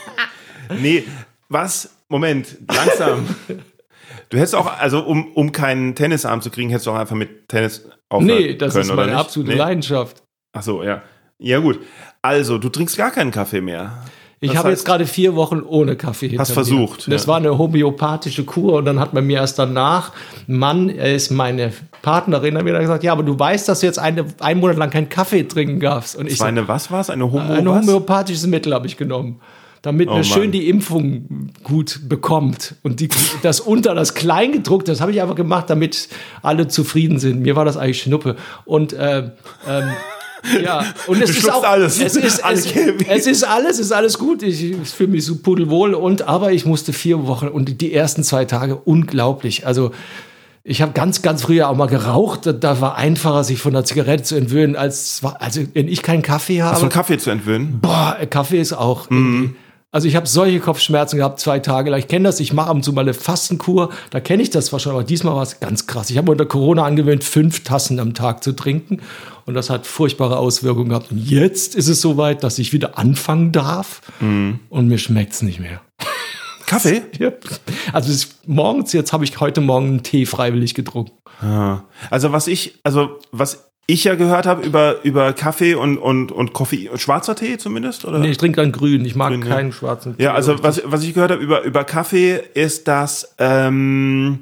Nee, was? Moment, langsam. Du hättest auch, also um, um keinen Tennisarm zu kriegen, hättest du auch einfach mit Tennis aufhören Nee, das können, ist meine absolute nee? Leidenschaft. Ach so, ja. Ja gut. Also, du trinkst gar keinen Kaffee mehr. Ich das habe heißt, jetzt gerade vier Wochen ohne Kaffee hinter Hast versucht. Das ja. war eine homöopathische Kur und dann hat man mir erst danach, Mann, er ist meine Partnerin, hat mir dann gesagt, ja, aber du weißt, dass du jetzt eine, einen Monat lang keinen Kaffee trinken darfst. Und ich das war eine, was war es? Eine, Homo ein homöopathisches Mittel habe ich genommen. Damit oh man schön die Impfung gut bekommt. Und die, das unter das Kleingedruckte, das habe ich einfach gemacht, damit alle zufrieden sind. Mir war das eigentlich Schnuppe. Und äh, ähm, ja, und es ist auch alles. Es ist, es, es ist alles, es ist alles gut. Ich, ich fühle mich so pudelwohl. Und aber ich musste vier Wochen und die ersten zwei Tage unglaublich. Also ich habe ganz, ganz früher auch mal geraucht. Da war einfacher, sich von der Zigarette zu entwöhnen, als also wenn ich keinen Kaffee habe. Also von Kaffee zu entwöhnen? Boah, Kaffee ist auch. Mhm. Also ich habe solche Kopfschmerzen gehabt, zwei Tage lang. Ich kenne das, ich mache ab und zu mal eine Fastenkur, da kenne ich das zwar schon, aber diesmal war es ganz krass. Ich habe mir unter Corona angewöhnt, fünf Tassen am Tag zu trinken und das hat furchtbare Auswirkungen gehabt. Und jetzt ist es soweit, dass ich wieder anfangen darf mhm. und mir schmeckt's nicht mehr. Kaffee? Ja. Also es ist morgens, jetzt habe ich heute Morgen einen Tee freiwillig getrunken. Ah. Also was ich, also was ich ja gehört habe über, über Kaffee und, und, und Koffein, schwarzer Tee zumindest, oder? Nee, ich trinke dann grün, ich mag grün, keinen ja. schwarzen Tee. Ja, also was, was ich gehört habe über, über Kaffee ist, dass ähm,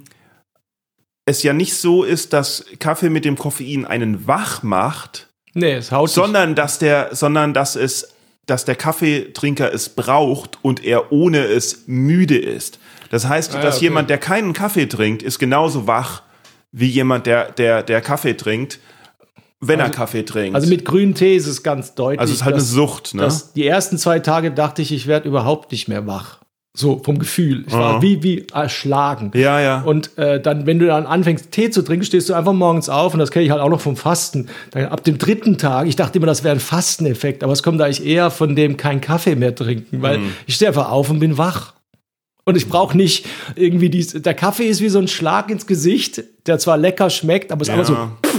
es ja nicht so ist, dass Kaffee mit dem Koffein einen wach macht, nee, es haut sondern dass der, sondern dass es, dass der Kaffeetrinker es braucht und er ohne es müde ist. Das heißt, ah, dass okay. jemand, der keinen Kaffee trinkt, ist genauso wach wie jemand, der, der, der Kaffee trinkt, wenn also, er Kaffee trinkt. Also mit grünem Tee ist es ganz deutlich. Also es ist halt dass, eine Sucht, ne? Dass die ersten zwei Tage dachte ich, ich werde überhaupt nicht mehr wach. So vom Gefühl. Ich war uh-huh. wie, wie erschlagen. Ja, ja. Und äh, dann, wenn du dann anfängst, Tee zu trinken, stehst du einfach morgens auf und das kenne ich halt auch noch vom Fasten. Dann ab dem dritten Tag, ich dachte immer, das wäre ein Fasteneffekt, aber es kommt eigentlich eher von dem kein Kaffee mehr trinken, weil mm. ich stehe einfach auf und bin wach. Und ich brauche nicht irgendwie dies. Der Kaffee ist wie so ein Schlag ins Gesicht, der zwar lecker schmeckt, aber es ist ja. einfach so.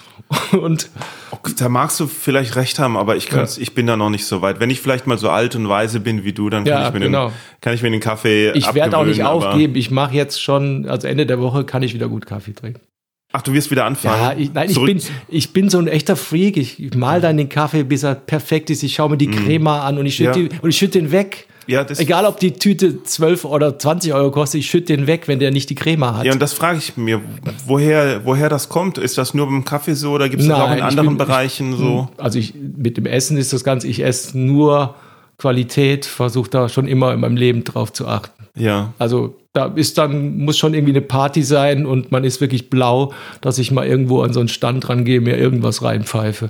Und da magst du vielleicht recht haben, aber ich, kann's, ja. ich bin da noch nicht so weit. Wenn ich vielleicht mal so alt und weise bin wie du, dann kann, ja, ich, mir genau. den, kann ich mir den Kaffee Ich werde auch nicht aufgeben. Ich mache jetzt schon, also Ende der Woche kann ich wieder gut Kaffee trinken. Ach, du wirst wieder anfangen? Ja, ich, nein, ich bin, ich bin so ein echter Freak. Ich, ich mal dann den Kaffee, bis er perfekt ist. Ich schaue mir die mm. Crema an und ich schütte ja. schütt den weg. Ja, das egal, ob die Tüte zwölf oder zwanzig Euro kostet, ich schütte den weg, wenn der nicht die Crema hat. Ja, und das frage ich mir, woher, woher das kommt. Ist das nur beim Kaffee so oder gibt es das auch in anderen bin, Bereichen ich, so? Also ich, mit dem Essen ist das Ganze, ich esse nur Qualität, versuche da schon immer in meinem Leben drauf zu achten. Ja. Also da ist dann, muss schon irgendwie eine Party sein und man ist wirklich blau, dass ich mal irgendwo an so einen Stand rangehe, mir irgendwas reinpfeife.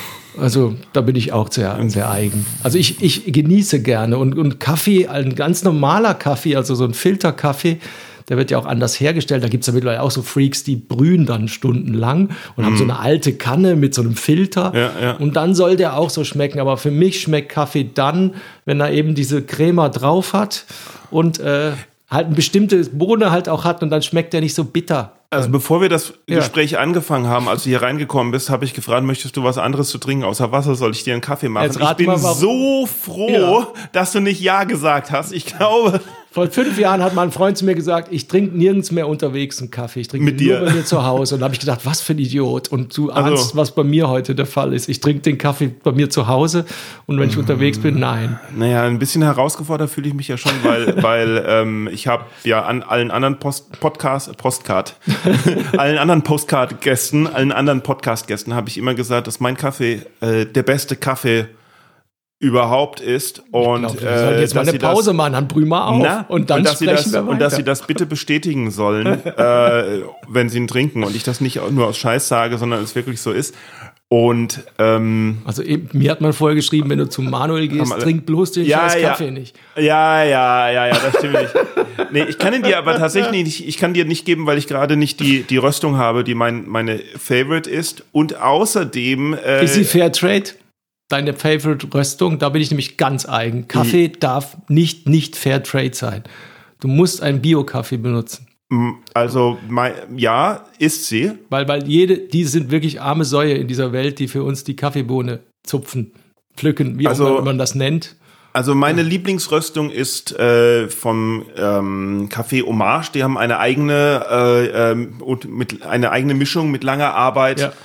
Also da bin ich auch sehr, sehr eigen. Also ich, ich genieße gerne und, und Kaffee, ein ganz normaler Kaffee, also so ein Filterkaffee, der wird ja auch anders hergestellt. Da gibt es ja mittlerweile auch so Freaks, die brühen dann stundenlang und mm. haben so eine alte Kanne mit so einem Filter. Ja, ja. Und dann soll der auch so schmecken. Aber für mich schmeckt Kaffee dann, wenn er eben diese Crema drauf hat und äh, halt eine bestimmte Bohne halt auch hat und dann schmeckt der nicht so bitter. Also bevor wir das ja. Gespräch angefangen haben, als du hier reingekommen bist, habe ich gefragt, möchtest du was anderes zu trinken außer Wasser? Soll ich dir einen Kaffee machen? Ich bin mal, so froh, ja. dass du nicht Ja gesagt hast. Ich glaube... Vor fünf Jahren hat mein Freund zu mir gesagt, ich trinke nirgends mehr unterwegs einen Kaffee. Ich trinke nur bei mir zu Hause. Und da habe ich gedacht, was für ein Idiot. Und du ahnst, also, was bei mir heute der Fall ist. Ich trinke den Kaffee bei mir zu Hause und wenn ich unterwegs bin, nein. Naja, ein bisschen herausgefordert fühle ich mich ja schon, weil, weil ähm, ich habe ja an allen anderen Post, Podcast, Postcard, allen anderen Postcard-Gästen, allen anderen Podcast-Gästen habe ich immer gesagt, dass mein Kaffee äh, der beste Kaffee überhaupt ist und ich glaub, wir sollten jetzt mal eine Pause das, machen, dann brühen wir auf na, und dann und dass sprechen sie das, wir weiter. Und dass sie das bitte bestätigen sollen, äh, wenn sie ihn trinken und ich das nicht nur aus Scheiß sage, sondern es wirklich so ist. Und ähm, also eben, mir hat man vorher geschrieben, wenn du zum Manuel gehst, trink bloß den ja, scheiß ja, Kaffee nicht. Ja, ja, ja, ja, das stimmt nicht. Nee, ich kann ihn dir aber tatsächlich nicht, ich kann dir nicht geben, weil ich gerade nicht die, die Röstung habe, die mein, meine Favorite ist. Und außerdem äh, ist sie Fairtrade? Deine Favorite-Röstung, da bin ich nämlich ganz eigen. Kaffee mhm. darf nicht nicht Fairtrade sein. Du musst einen Bio-Kaffee benutzen. Also, mein, ja, ist sie. Weil, weil jede, die sind wirklich arme Säue in dieser Welt, die für uns die Kaffeebohne zupfen, pflücken, wie also, auch immer man das nennt. Also meine ja. Lieblingsröstung ist äh, vom ähm, Café Hommage. Die haben eine eigene äh, ähm, und mit eine eigene Mischung mit langer Arbeit. Ja.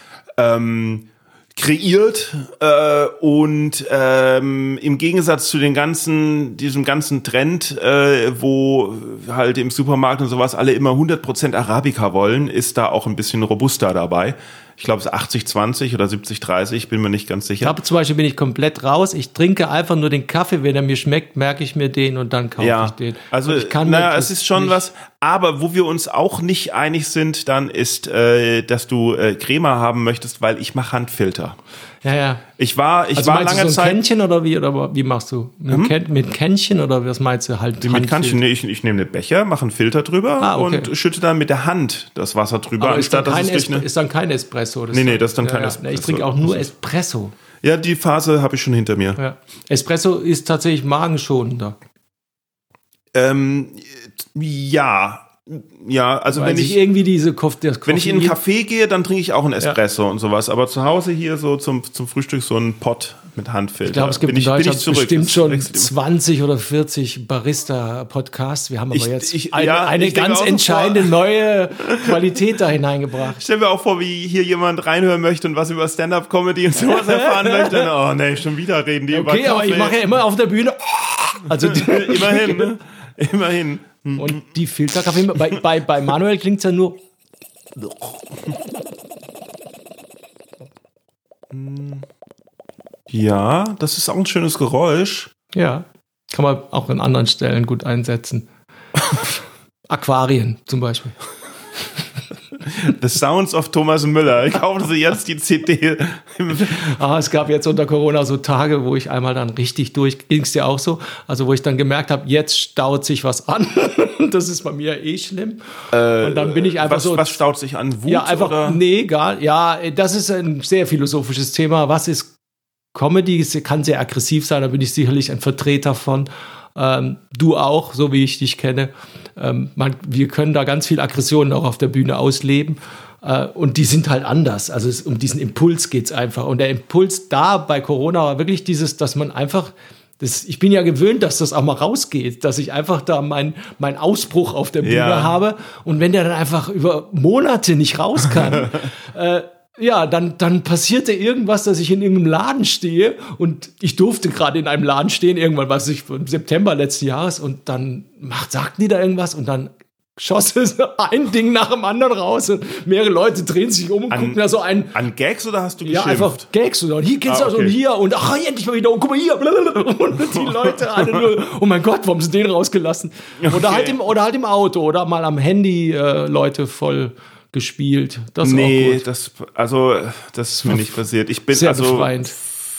Ähm, kreiert äh, und ähm, im Gegensatz zu den ganzen, diesem ganzen Trend, äh, wo halt im Supermarkt und sowas alle immer hundert Prozent Arabica wollen, ist da auch ein bisschen robuster dabei. Ich glaube, es ist achtzig zwanzig oder siebzig dreißig, bin mir nicht ganz sicher. Aber zum Beispiel bin ich komplett raus. Ich trinke einfach nur den Kaffee, wenn er mir schmeckt, merke ich mir den und dann kaufe ja, ich den. Also, ich kann naja, es ist schon nicht. Was, aber wo wir uns auch nicht einig sind, dann ist, äh, dass du äh, Crema haben möchtest, weil ich mache Handfilter. Ja, ja. Ich war, ich also war lange du so ein Zeit. Kännchen oder wie, oder wie machst du? Mit, hm? Ken, mit Kännchen oder was meinst du halt? Mit Kännchen, nee, ich, ich nehme einen Becher, mache einen Filter drüber ah, okay. und schütte dann mit der Hand das Wasser drüber. Aber ist dann, kein es eine, ist dann kein Espresso? Das nee, nee, das ist dann ja, kein ja. Espresso. Ich trinke auch nur Espresso. Ja, die Phase habe ich schon hinter mir. Ja. Espresso ist tatsächlich magenschonender. Ähm, ja. Ja, also Weil wenn sich ich irgendwie diese Koff- das wenn ich in einen Koffein- Café gehe, dann trinke ich auch einen Espresso Ja. und sowas. Aber zu Hause hier so zum, zum Frühstück so einen Pott mit Handfilter. Ich glaube, es gibt bin in ich, bin Deutschland ich zurück. bestimmt Das schon wechselt immer. zwanzig oder vierzig Barista-Podcasts. Wir haben aber Ich- jetzt ich- eine, ja, eine ich denke ganz auch so entscheidende vor- neue Qualität da hineingebracht. Ich stell mir auch vor, wie hier jemand reinhören möchte und was über Stand-Up-Comedy und sowas erfahren möchte. Oh nee, schon wieder reden die über Okay, aber ich Kaffee. mache ja immer auf der Bühne. Also die, Immerhin, ne? Immerhin. und die Filterkaffee. Bei, bei, bei Manuel klingt es ja nur. Ja, das ist auch ein schönes Geräusch. Ja, kann man auch an anderen Stellen gut einsetzen. Aquarien zum Beispiel. The Sounds of Thomas Müller. Kaufen Sie jetzt die C D. Ah, es gab jetzt unter Corona so Tage, wo ich einmal dann richtig durch, ging es dir auch so, also wo ich dann gemerkt habe, jetzt staut sich was an. Das ist bei mir eh schlimm. Äh, Und dann bin ich einfach was, so. was staut sich an? Wut? Ja, einfach, oder? nee, egal. Ja, das ist ein sehr philosophisches Thema. Was ist Comedy? Es kann sehr aggressiv sein, da bin ich sicherlich ein Vertreter von. Ähm, du auch, so wie ich dich kenne. Ähm, man, wir können da ganz viel Aggressionen auch auf der Bühne ausleben. Äh, und die sind halt anders. Also es, um diesen Impuls geht es einfach. Und der Impuls da bei Corona war wirklich dieses, dass man einfach, das, ich bin ja gewöhnt, dass das auch mal rausgeht, dass ich einfach da meinen mein Ausbruch auf der Bühne Ja. habe. Und wenn der dann einfach über Monate nicht raus kann, äh, ja, dann, dann passierte irgendwas, dass ich in irgendeinem Laden stehe und ich durfte gerade in einem Laden stehen, irgendwann, was ich im September letzten Jahres, und dann macht, sagten die da irgendwas und dann schoss es ein Ding nach dem anderen raus und mehrere Leute drehen sich um und An- gucken da so ein. An Gags oder hast du Ja, geschimpft? einfach Gags und hier geht's Ah, also okay. und hier und ach, endlich mal wieder und guck mal hier und die Leute alle nur, oh mein Gott, warum sind den rausgelassen? Oder Okay. halt im oder halt im Auto oder mal am Handy äh, Leute voll gespielt. Das ist auch Nee, gut. das, also, das ist mir nicht passiert. Ich bin, Sehr also, befreiend.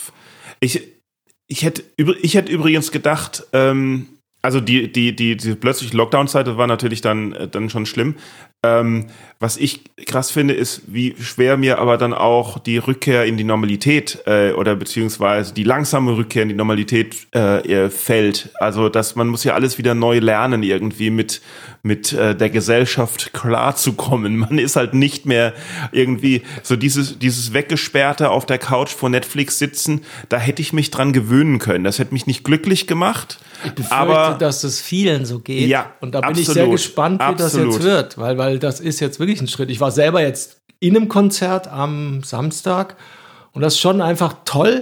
ich, ich hätte, übr- ich hätte übrigens gedacht, ähm, also die, die, die, die plötzliche Lockdown-Zeit war natürlich dann, äh, dann schon schlimm. Ähm, was ich krass finde, ist, wie schwer mir aber dann auch die Rückkehr in die Normalität äh, oder beziehungsweise die langsame Rückkehr in die Normalität äh, äh, fällt. Also, dass man muss ja alles wieder neu lernen, irgendwie mit, mit äh, der Gesellschaft klarzukommen. Man ist halt nicht mehr irgendwie so dieses, dieses Weggesperrte auf der Couch vor Netflix sitzen, da hätte ich mich dran gewöhnen können. Das hätte mich nicht glücklich gemacht. Ich befürchte, aber dass es vielen so geht. Ja, und da bin absolut, ich sehr gespannt, wie das absolut. jetzt wird, weil, weil das ist jetzt wirklich ein Schritt. Ich war selber jetzt in einem Konzert am Samstag und das ist schon einfach toll.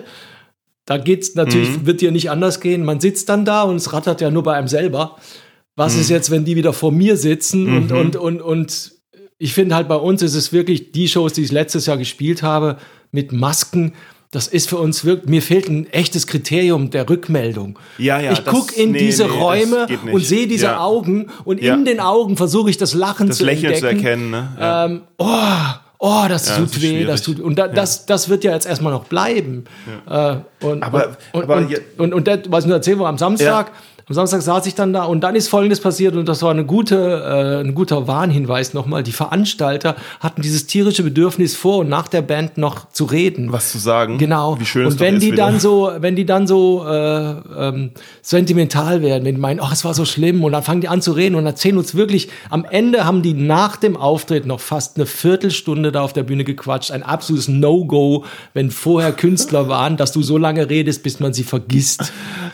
Da geht's natürlich, Mhm. wird dir nicht anders gehen. Man sitzt dann da und es rattert ja nur bei einem selber. Was Mhm. ist jetzt, wenn die wieder vor mir sitzen und, Mhm. und, und, und ich finde halt, bei uns ist es wirklich die Shows, die ich letztes Jahr gespielt habe, mit Masken. Das ist für uns wirklich, mir fehlt ein echtes Kriterium der Rückmeldung. Ja, ja, ich das- gucke in nee, diese nee, das Räume geht nicht. und sehe diese Ja. Augen und Ja. in den Augen versuche ich das Lachen das zu Lächeln zu entdecken. erkennen. Ne? Ja. Ähm, oh, oh, das Ja, tut das ist weh, das schwierig. tut. Und da, das, das wird ja jetzt erstmal noch bleiben. Äh, und, Aber- und, aber und, je- und, und, das, was ich nur erzählen war, am Samstag, am Samstag saß ich dann da und dann ist Folgendes passiert und das war eine gute, äh, ein guter Warnhinweis nochmal. Die Veranstalter hatten dieses tierische Bedürfnis, vor und nach der Band noch zu reden. Was zu sagen. Genau. Wie schön es und doch wenn ist die wieder. dann so, wenn die dann so äh, ähm, sentimental werden, wenn die meinen, oh, es war so schlimm, und dann fangen die an zu reden und erzählen uns wirklich. Am Ende haben die nach dem Auftritt noch fast eine Viertelstunde da auf der Bühne gequatscht. Ein absolutes No-Go, wenn vorher Künstler waren, dass du so lange redest, bis man sie vergisst.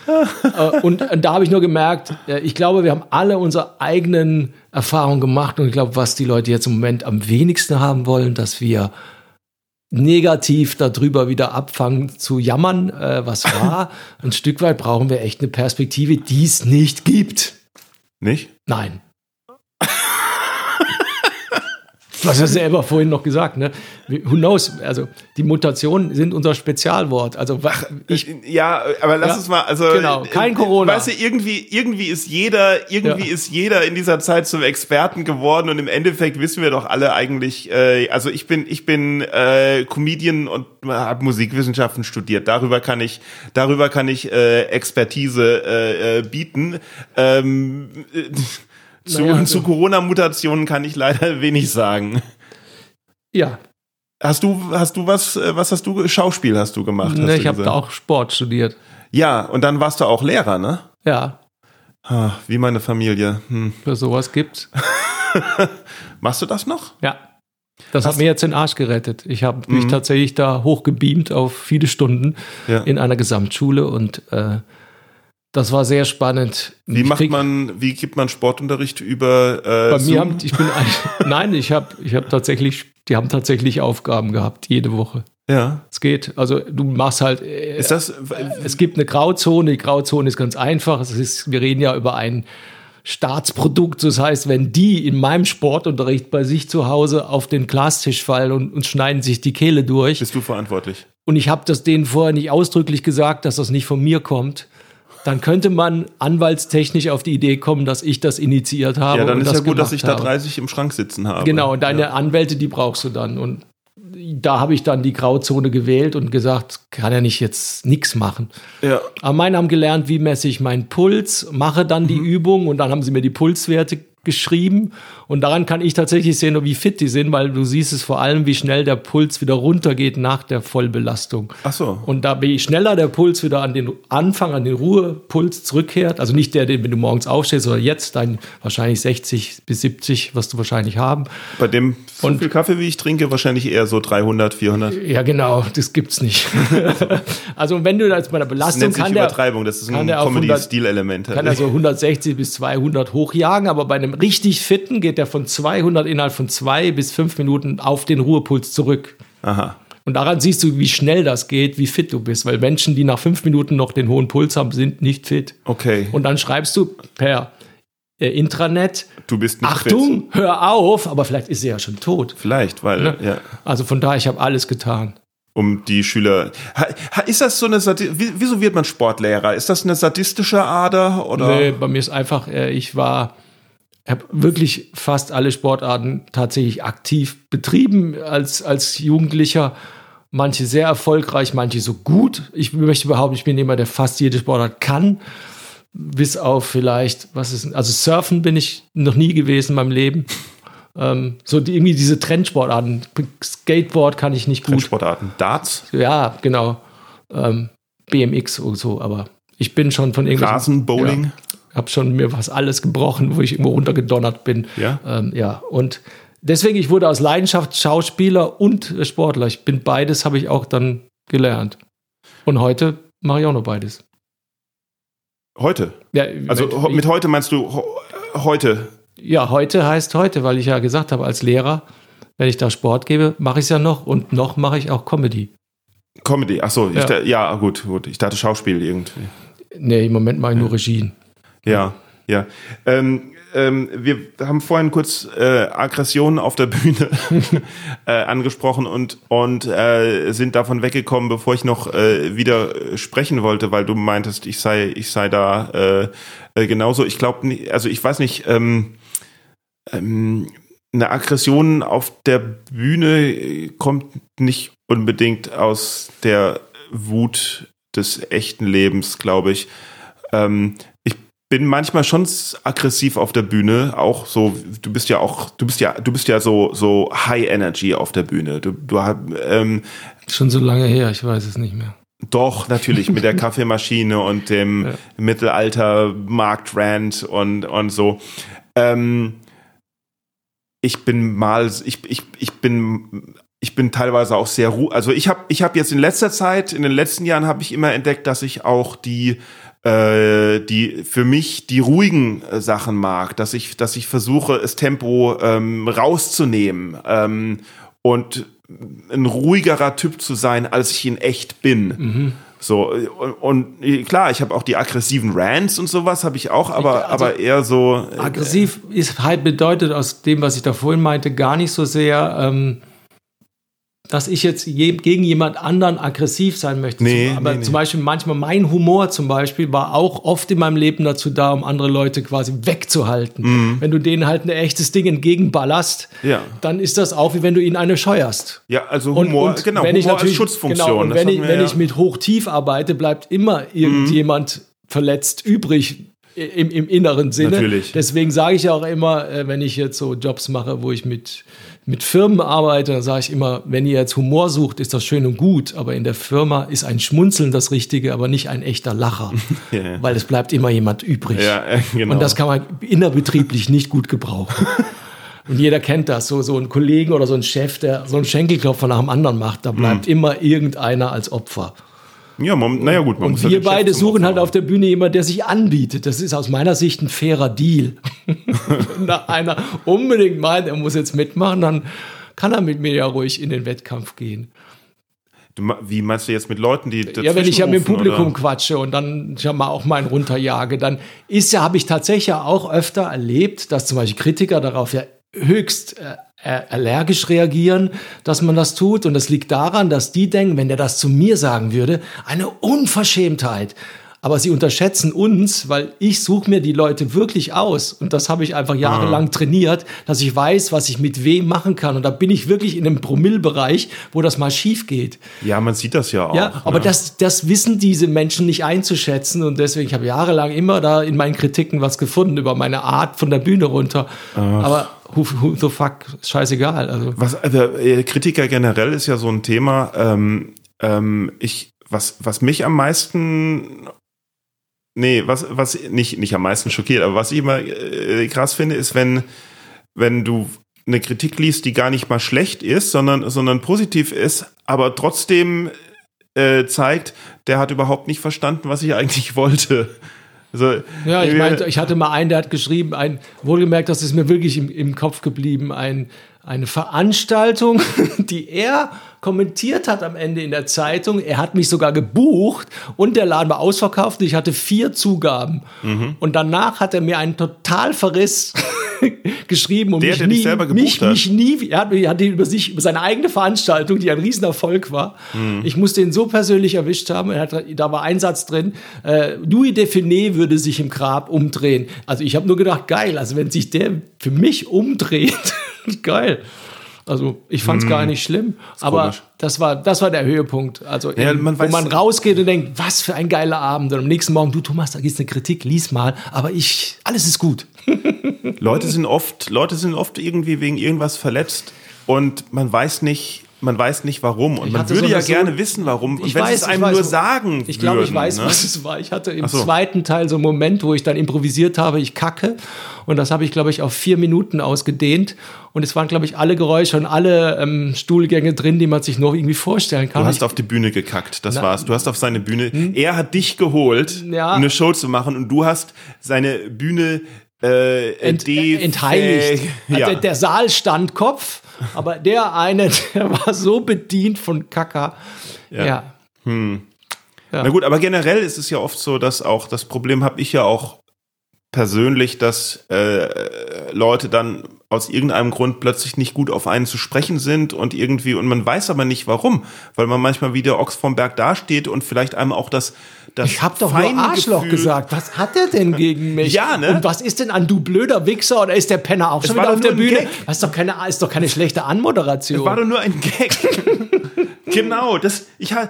äh, und, und da habe ich nur gemerkt, äh, ich glaube, wir haben alle unsere eigenen Erfahrungen gemacht und ich glaube, was die Leute jetzt im Moment am wenigsten haben wollen, dass wir negativ darüber wieder abfangen zu jammern, äh, was war. Ein Stück weit brauchen wir echt eine Perspektive, die es nicht gibt. Nicht? Nein. Du hast ja selber vorhin noch gesagt, ne? Who knows? Also, die Mutationen sind unser Spezialwort. Also, ich, Ja, aber lass Ja, uns mal, also genau, kein äh, Corona. Weißt du, irgendwie, irgendwie ist jeder, irgendwie Ja. ist jeder in dieser Zeit zum Experten geworden und im Endeffekt wissen wir doch alle eigentlich, äh, also ich bin, ich bin äh, Comedian und habe Musikwissenschaften studiert. Darüber kann ich, darüber kann ich äh, Expertise äh, äh, bieten. Ähm, äh, zu, Naja, also- zu Corona-Mutationen kann ich leider wenig sagen. ja, Hast du, hast du was, äh, was hast du, Schauspiel hast du gemacht? ne, hast ich du habe gesagt. auch Sport studiert. Ja, und dann warst du auch Lehrer, ne? Ja. Ah, wie meine Familie. Hm. Für sowas gibt's. Machst du das noch? Ja. Das Hast hat mir jetzt den Arsch gerettet. Ich habe mich mhm. tatsächlich da hochgebeamt auf viele Stunden ja. in einer Gesamtschule und äh, das war sehr spannend. Wie ich macht krieg, man, wie gibt man Sportunterricht über äh, Bei Zoom? mir haben, ich bin ein, nein, ich habe, ich habe tatsächlich, die haben tatsächlich Aufgaben gehabt jede Woche. Ja. Es geht. Also du machst halt. Äh, ist das? Es gibt eine Grauzone. Die Grauzone ist ganz einfach. Es ist, wir reden ja über ein Staatsprodukt. Das heißt, wenn die in meinem Sportunterricht bei sich zu Hause auf den Glastisch fallen und, und schneiden sich die Kehle durch. Bist du verantwortlich? Und ich habe das denen vorher nicht ausdrücklich gesagt, dass das nicht von mir kommt. Dann könnte man anwaltstechnisch auf die Idee kommen, dass ich das initiiert habe. Ja, dann und ist das ja gut, dass ich da habe. dreißig im Schrank sitzen habe. Genau, und deine ja. Anwälte, die brauchst du dann. Und da habe ich dann die Grauzone gewählt und gesagt, kann ja nicht jetzt nichts machen. Ja. Aber meine haben gelernt, wie messe ich meinen Puls, mache dann die mhm. Übung und dann haben sie mir die Pulswerte geschrieben und daran kann ich tatsächlich sehen, wie fit die sind, weil du siehst es vor allem, wie schnell der Puls wieder runtergeht nach der Vollbelastung. Ach so. Und da je schneller der Puls wieder an den Anfang, an den Ruhepuls zurückkehrt, also nicht der, den wenn du morgens aufstehst, sondern jetzt dein wahrscheinlich sechzig bis siebzig, was du wahrscheinlich haben. Bei dem so und, viel Kaffee, wie ich trinke, wahrscheinlich eher so dreihundert, vierhundert. Ja genau, das gibt's nicht. Also wenn du da jetzt bei der Belastung das nennt kann sich der, Übertreibung, das ist ein Comedy-Stil-Element. Kann er so hundertsechzig bis zweihundert hochjagen, aber bei einem richtig fitten geht der von zweihundert innerhalb von zwei bis fünf Minuten auf den Ruhepuls zurück. Aha. Und daran siehst du, wie schnell das geht, wie fit du bist. Weil Menschen, die nach fünf Minuten noch den hohen Puls haben, sind nicht fit. Okay. Und dann schreibst du per äh, Intranet, du bist nicht Achtung, fit. Hör auf, aber vielleicht ist sie ja schon tot. Vielleicht, weil, ne? ja. Also von daher, ich habe alles getan. Um die Schüler. Ist das so eine Sadi- Wieso wird man Sportlehrer? Ist das eine sadistische Ader? Oder? Nee, bei mir ist einfach, äh, ich war... Ich habe wirklich fast alle Sportarten tatsächlich aktiv betrieben als, als Jugendlicher. Manche sehr erfolgreich, manche so gut. Ich möchte behaupten, ich bin jemand, der fast jede Sportart kann. Bis auf vielleicht, was ist, also Surfen bin ich noch nie gewesen in meinem Leben. Ähm, so die, irgendwie diese Trendsportarten. Skateboard kann ich nicht gut. Trendsportarten. Darts? Ja, genau. Ähm, B M X und so, aber ich bin schon von irgendwelchen... Rasenbowling? Ja, habe schon mir was alles gebrochen, wo ich irgendwo runtergedonnert bin. Ja? Ähm, ja, und deswegen, ich wurde aus Leidenschaft Schauspieler und Sportler. Ich bin beides, habe ich auch dann gelernt. Und heute mache ich auch noch beides. Heute? Ja, also mit, mit heute meinst du ho- heute? Ja, heute heißt heute, weil ich ja gesagt habe, als Lehrer, wenn ich da Sport gebe, mache ich es ja noch und noch mache ich auch Comedy. Comedy, ach so, ja. Ich da, ja gut, gut. Ich dachte Schauspiel irgendwie. Nee, im Moment mache ich nur Regien. Ja, ja. Ähm, ähm, wir haben vorhin kurz äh, Aggressionen auf der Bühne äh, angesprochen und, und äh, sind davon weggekommen, bevor ich noch äh, wieder sprechen wollte, weil du meintest, ich sei, ich sei da äh, äh, genauso. Ich glaube, also ich weiß nicht, ähm, ähm, eine Aggression auf der Bühne kommt nicht unbedingt aus der Wut des echten Lebens, glaube ich. Ähm, ich bin manchmal schon aggressiv auf der Bühne, auch so, du bist ja auch, du bist ja, du bist ja so, so High Energy auf der Bühne. Du, du ähm, schon so lange her, ich weiß es nicht mehr. Doch, natürlich, mit der Kaffeemaschine und dem ja. Mittelalter-Marktrand und, und so. Ähm, ich bin mal, ich, ich, ich bin, ich bin teilweise auch sehr ruhig. Also ich habe, ich habe jetzt in letzter Zeit, in den letzten Jahren habe ich immer entdeckt, dass ich auch die, äh, die für mich die ruhigen äh, Sachen mag, dass ich, dass ich versuche, das Tempo ähm, rauszunehmen ähm, und ein ruhigerer Typ zu sein, als ich in echt bin. Mhm. So, und, und klar, ich habe auch die aggressiven Rants und sowas habe ich auch, aber, also, aber eher so. Äh, aggressiv ist halt bedeutet aus dem, was ich da vorhin meinte, gar nicht so sehr, ähm, dass ich jetzt je, gegen jemand anderen aggressiv sein möchte. Nee, aber nee, nee. zum Beispiel manchmal mein Humor zum Beispiel war auch oft in meinem Leben dazu da, um andere Leute quasi wegzuhalten. Mhm. Wenn du denen halt ein echtes Ding entgegenballerst, ja. dann ist das auch, wie wenn du ihnen eine scheuerst. Ja, also Humor, und, und genau, wenn Humor ich natürlich, als Schutzfunktion. Genau, und wenn, ich, wenn ja. ich mit Hoch-Tief arbeite, bleibt immer irgendjemand mhm. verletzt übrig. im, im inneren Sinne. Natürlich. Deswegen sage ich auch immer, wenn ich jetzt so Jobs mache, wo ich mit, mit Firmen arbeite, dann sage ich immer, wenn ihr jetzt Humor sucht, ist das schön und gut, aber in der Firma ist ein Schmunzeln das Richtige, aber nicht ein echter Lacher, yeah. weil es bleibt immer jemand übrig. Ja, genau. Und das kann man innerbetrieblich nicht gut gebrauchen. Und jeder kennt das, so, so ein Kollegen oder so ein Chef, der so einen Schenkelklopfer nach dem anderen macht, da bleibt mhm. immer irgendeiner als Opfer. Ja, man, naja gut. Man und muss wir halt beide suchen Opfer halt auf der Bühne jemanden, der sich anbietet. Das ist aus meiner Sicht ein fairer Deal. Wenn da einer unbedingt meint, er muss jetzt mitmachen, dann kann er mit mir ja ruhig in den Wettkampf gehen. Du, wie meinst du jetzt mit Leuten, die ja, wenn ich ja mit dem Publikum oder? quatsche und dann ja mal auch mal einen runterjage, dann ist ja, habe ich tatsächlich auch öfter erlebt, dass zum Beispiel Kritiker darauf ja höchst äh, allergisch reagieren, dass man das tut. Und das liegt daran, dass die denken, wenn der das zu mir sagen würde, eine Unverschämtheit. Aber sie unterschätzen uns, weil ich suche mir die Leute wirklich aus. Und das habe ich einfach jahrelang ah. trainiert, dass ich weiß, was ich mit wem machen kann. Und da bin ich wirklich in einem Promille-Bereich, wo das mal schief geht. Ja, man sieht das ja auch. Ja, aber ne? das, das wissen diese Menschen nicht einzuschätzen. Und deswegen, ich habe jahrelang immer da in meinen Kritiken was gefunden über meine Art von der Bühne runter. Ach. Aber who, who the fuck, scheißegal. Also. Was, also, Kritiker generell ist ja so ein Thema. Ähm, ähm, ich, was, was mich am meisten... Nee, was, was nicht, nicht am meisten schockiert, aber was ich immer äh, krass finde, ist, wenn, wenn du eine Kritik liest, die gar nicht mal schlecht ist, sondern, sondern positiv ist, aber trotzdem äh, zeigt, der hat überhaupt nicht verstanden, was ich eigentlich wollte. Also, ja, ich meinte, ich hatte mal einen, der hat geschrieben, ein, wohlgemerkt, das ist mir wirklich im, im Kopf geblieben, ein, eine Veranstaltung, die er kommentiert hat am Ende in der Zeitung. Er hat mich sogar gebucht und der Laden war ausverkauft. Ich hatte vier Zugaben. Mhm. Und danach hat er mir einen Totalverriss geschrieben und der, mich der nie, dich selber gebucht mich, hat. mich nie, er hat, er hat über sich, über seine eigene Veranstaltung, die ein Riesenerfolg war. Mhm. Ich musste ihn so persönlich erwischt haben. Er hat, da war ein Satz drin, äh, Louis Define würde sich im Grab umdrehen. Also ich habe nur gedacht, geil, also wenn sich der für mich umdreht, geil. Also ich fand es hm. gar nicht schlimm, aber das war, das war der Höhepunkt. Also ja, eben, man wo man rausgeht und denkt, was für ein geiler Abend. Und am nächsten Morgen, du Thomas, da gibt's eine Kritik, lies mal, aber ich, alles ist gut. Leute sind oft, Leute sind oft irgendwie wegen irgendwas verletzt und man weiß nicht, man weiß nicht warum. Und ich man würde ja so gerne wissen, warum. Und ich wenn weiß, sie es einem weiß, nur sagen Ich glaube, ich weiß, ne? was es war. Ich hatte im so. zweiten Teil so einen Moment, wo ich dann improvisiert habe, ich kacke. Und das habe ich, glaube ich, auf vier Minuten ausgedehnt. Und es waren, glaube ich, alle Geräusche und alle ähm, Stuhlgänge drin, die man sich nur irgendwie vorstellen kann. Du hast ich, auf die Bühne gekackt, das na, war's. Du hast auf seine Bühne, hm? er hat dich geholt, ja. um eine Show zu machen. Und du hast seine Bühne äh, Ent, entheiligt. Ja. Also der Saal stand Kopf. Aber der eine, der war so bedient von Kaka. Ja. Ja. Hm. ja. Na gut, aber generell ist es ja oft so, dass auch, das Problem habe ich ja auch persönlich, dass äh, Leute dann aus irgendeinem Grund plötzlich nicht gut auf einen zu sprechen sind und irgendwie, und man weiß aber nicht warum, weil man manchmal wie der Ochs vom Berg dasteht und vielleicht einem auch das, das Ich hab doch nur Arschloch Gefühl gesagt. Was hat der denn gegen mich? Ja, ne? Und was ist denn an du blöder Wichser oder ist der Penner auch Es schon war wieder auf doch der nur ein Bühne? Gag. Das ist doch keine, ist doch keine schlechte Anmoderation. Es war doch nur ein Gag. Genau, das, ich hab,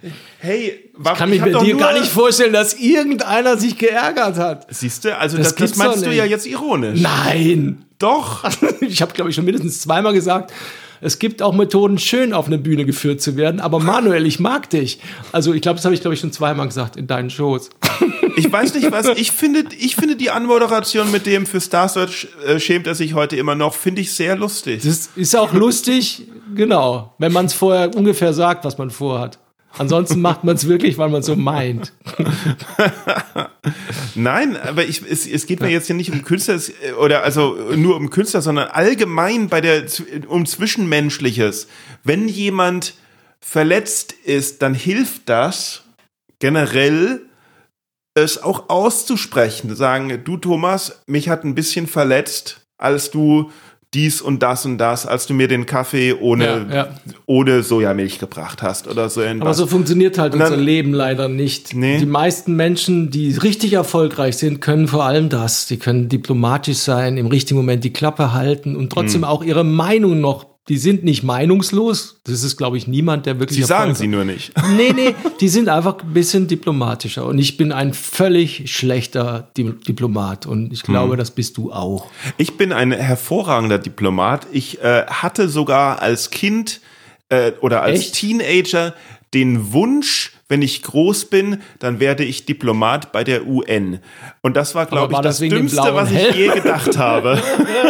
hey, war, ich kann mich ich bei dir gar nicht vorstellen, dass irgendeiner sich geärgert hat. Siehst du, also das, das, das meinst du ja jetzt ironisch. Nein. Doch. Ich habe, glaube ich, schon mindestens zweimal gesagt, es gibt auch Methoden, schön auf eine Bühne geführt zu werden, aber Manuel, ich mag dich. Also ich glaube, das habe ich, glaube ich, schon zweimal gesagt in deinen Shows. Ich weiß nicht, was, ich finde, ich finde die Anmoderation mit dem für Star Search äh, schämt er sich heute immer noch, finde ich sehr lustig. Das ist auch lustig, genau, wenn man es vorher ungefähr sagt, was man vorhat. Ansonsten macht man es wirklich, weil man so meint. Nein, aber ich, es, es geht mir jetzt hier nicht um Künstler oder also nur um Künstler, sondern allgemein bei der um Zwischenmenschliches. Wenn jemand verletzt ist, dann hilft das generell, es auch auszusprechen. Sagen, du Thomas, mich hat ein bisschen verletzt, als du dies und das und das, als du mir den Kaffee ohne, ja, ja. ohne Sojamilch gebracht hast oder so irgendwas. Aber so funktioniert halt dann, unser Leben leider nicht. Nee. Die meisten Menschen, die richtig erfolgreich sind, können vor allem das. Die können diplomatisch sein, im richtigen Moment die Klappe halten und trotzdem mhm. auch ihre Meinung noch die sind nicht meinungslos. Das ist, glaube ich, niemand, der wirklich. Sie sagen Erfolg sie hat. nur nicht. Nee, nee, die sind einfach ein bisschen diplomatischer. Und ich bin ein völlig schlechter Di- Diplomat. Und ich glaube, hm. das bist du auch. Ich bin ein hervorragender Diplomat. Ich äh, hatte sogar als Kind äh, oder als Echt? Teenager den Wunsch, wenn ich groß bin, dann werde ich Diplomat bei der U N. Und das war, glaube ich, das, das Dümmste, was ich je gedacht habe.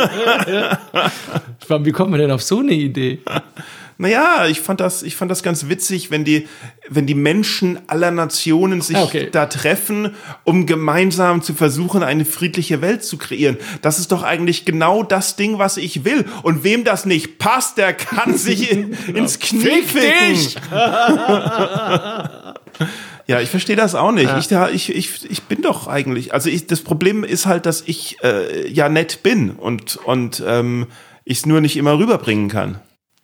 Wie kommt man denn auf so eine Idee? Naja, ich fand das, ich fand das ganz witzig, wenn die, wenn die Menschen aller Nationen sich okay. da treffen, um gemeinsam zu versuchen, eine friedliche Welt zu kreieren. Das ist doch eigentlich genau das Ding, was ich will. Und wem das nicht passt, der kann sich in, ins Knie Fick ficken. dich! Ja, ich verstehe das auch nicht. Ja. Ich, ich, ich, ich bin doch eigentlich, also ich, das Problem ist halt, dass ich äh, ja nett bin und, und ähm, ich es nur nicht immer rüberbringen kann.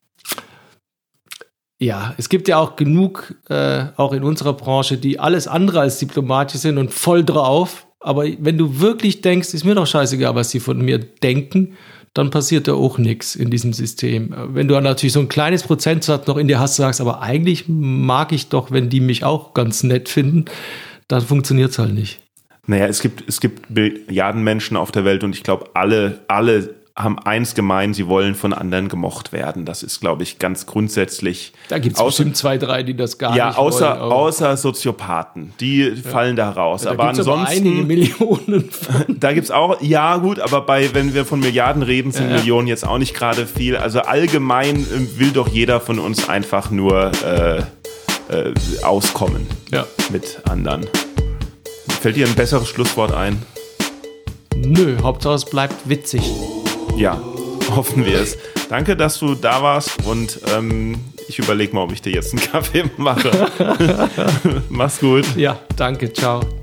Ja, es gibt ja auch genug, äh, auch in unserer Branche, die alles andere als diplomatisch sind und voll drauf. Aber wenn du wirklich denkst, ist mir doch scheißegal, was sie von mir denken, dann passiert da auch nichts in diesem System. Wenn du natürlich so ein kleines Prozentsatz noch in dir hast, sagst, aber eigentlich mag ich doch, wenn die mich auch ganz nett finden, dann funktioniert es halt nicht. Naja, es gibt, es gibt Milliarden Menschen auf der Welt und ich glaube, alle, alle haben eins gemein, sie wollen von anderen gemocht werden. Das ist, glaube ich, ganz grundsätzlich. Da gibt es bestimmt zwei, drei, die das gar ja, nicht außer, wollen. Ja, außer Soziopathen. Die ja. fallen da raus. Ja, da aber gibt's ansonsten. Aber einige Millionen. Von. Da gibt es auch, ja gut, aber bei, wenn wir von Milliarden reden, sind ja. Millionen jetzt auch nicht gerade viel. Also allgemein will doch jeder von uns einfach nur äh, äh, auskommen ja. mit anderen. Fällt dir ein besseres Schlusswort ein? Nö, Hauptsache es bleibt witzig. Ja, hoffen wir es. Danke, dass du da warst und ähm, ich überlege mal, ob ich dir jetzt einen Kaffee mache. Mach's gut. Ja, danke, ciao.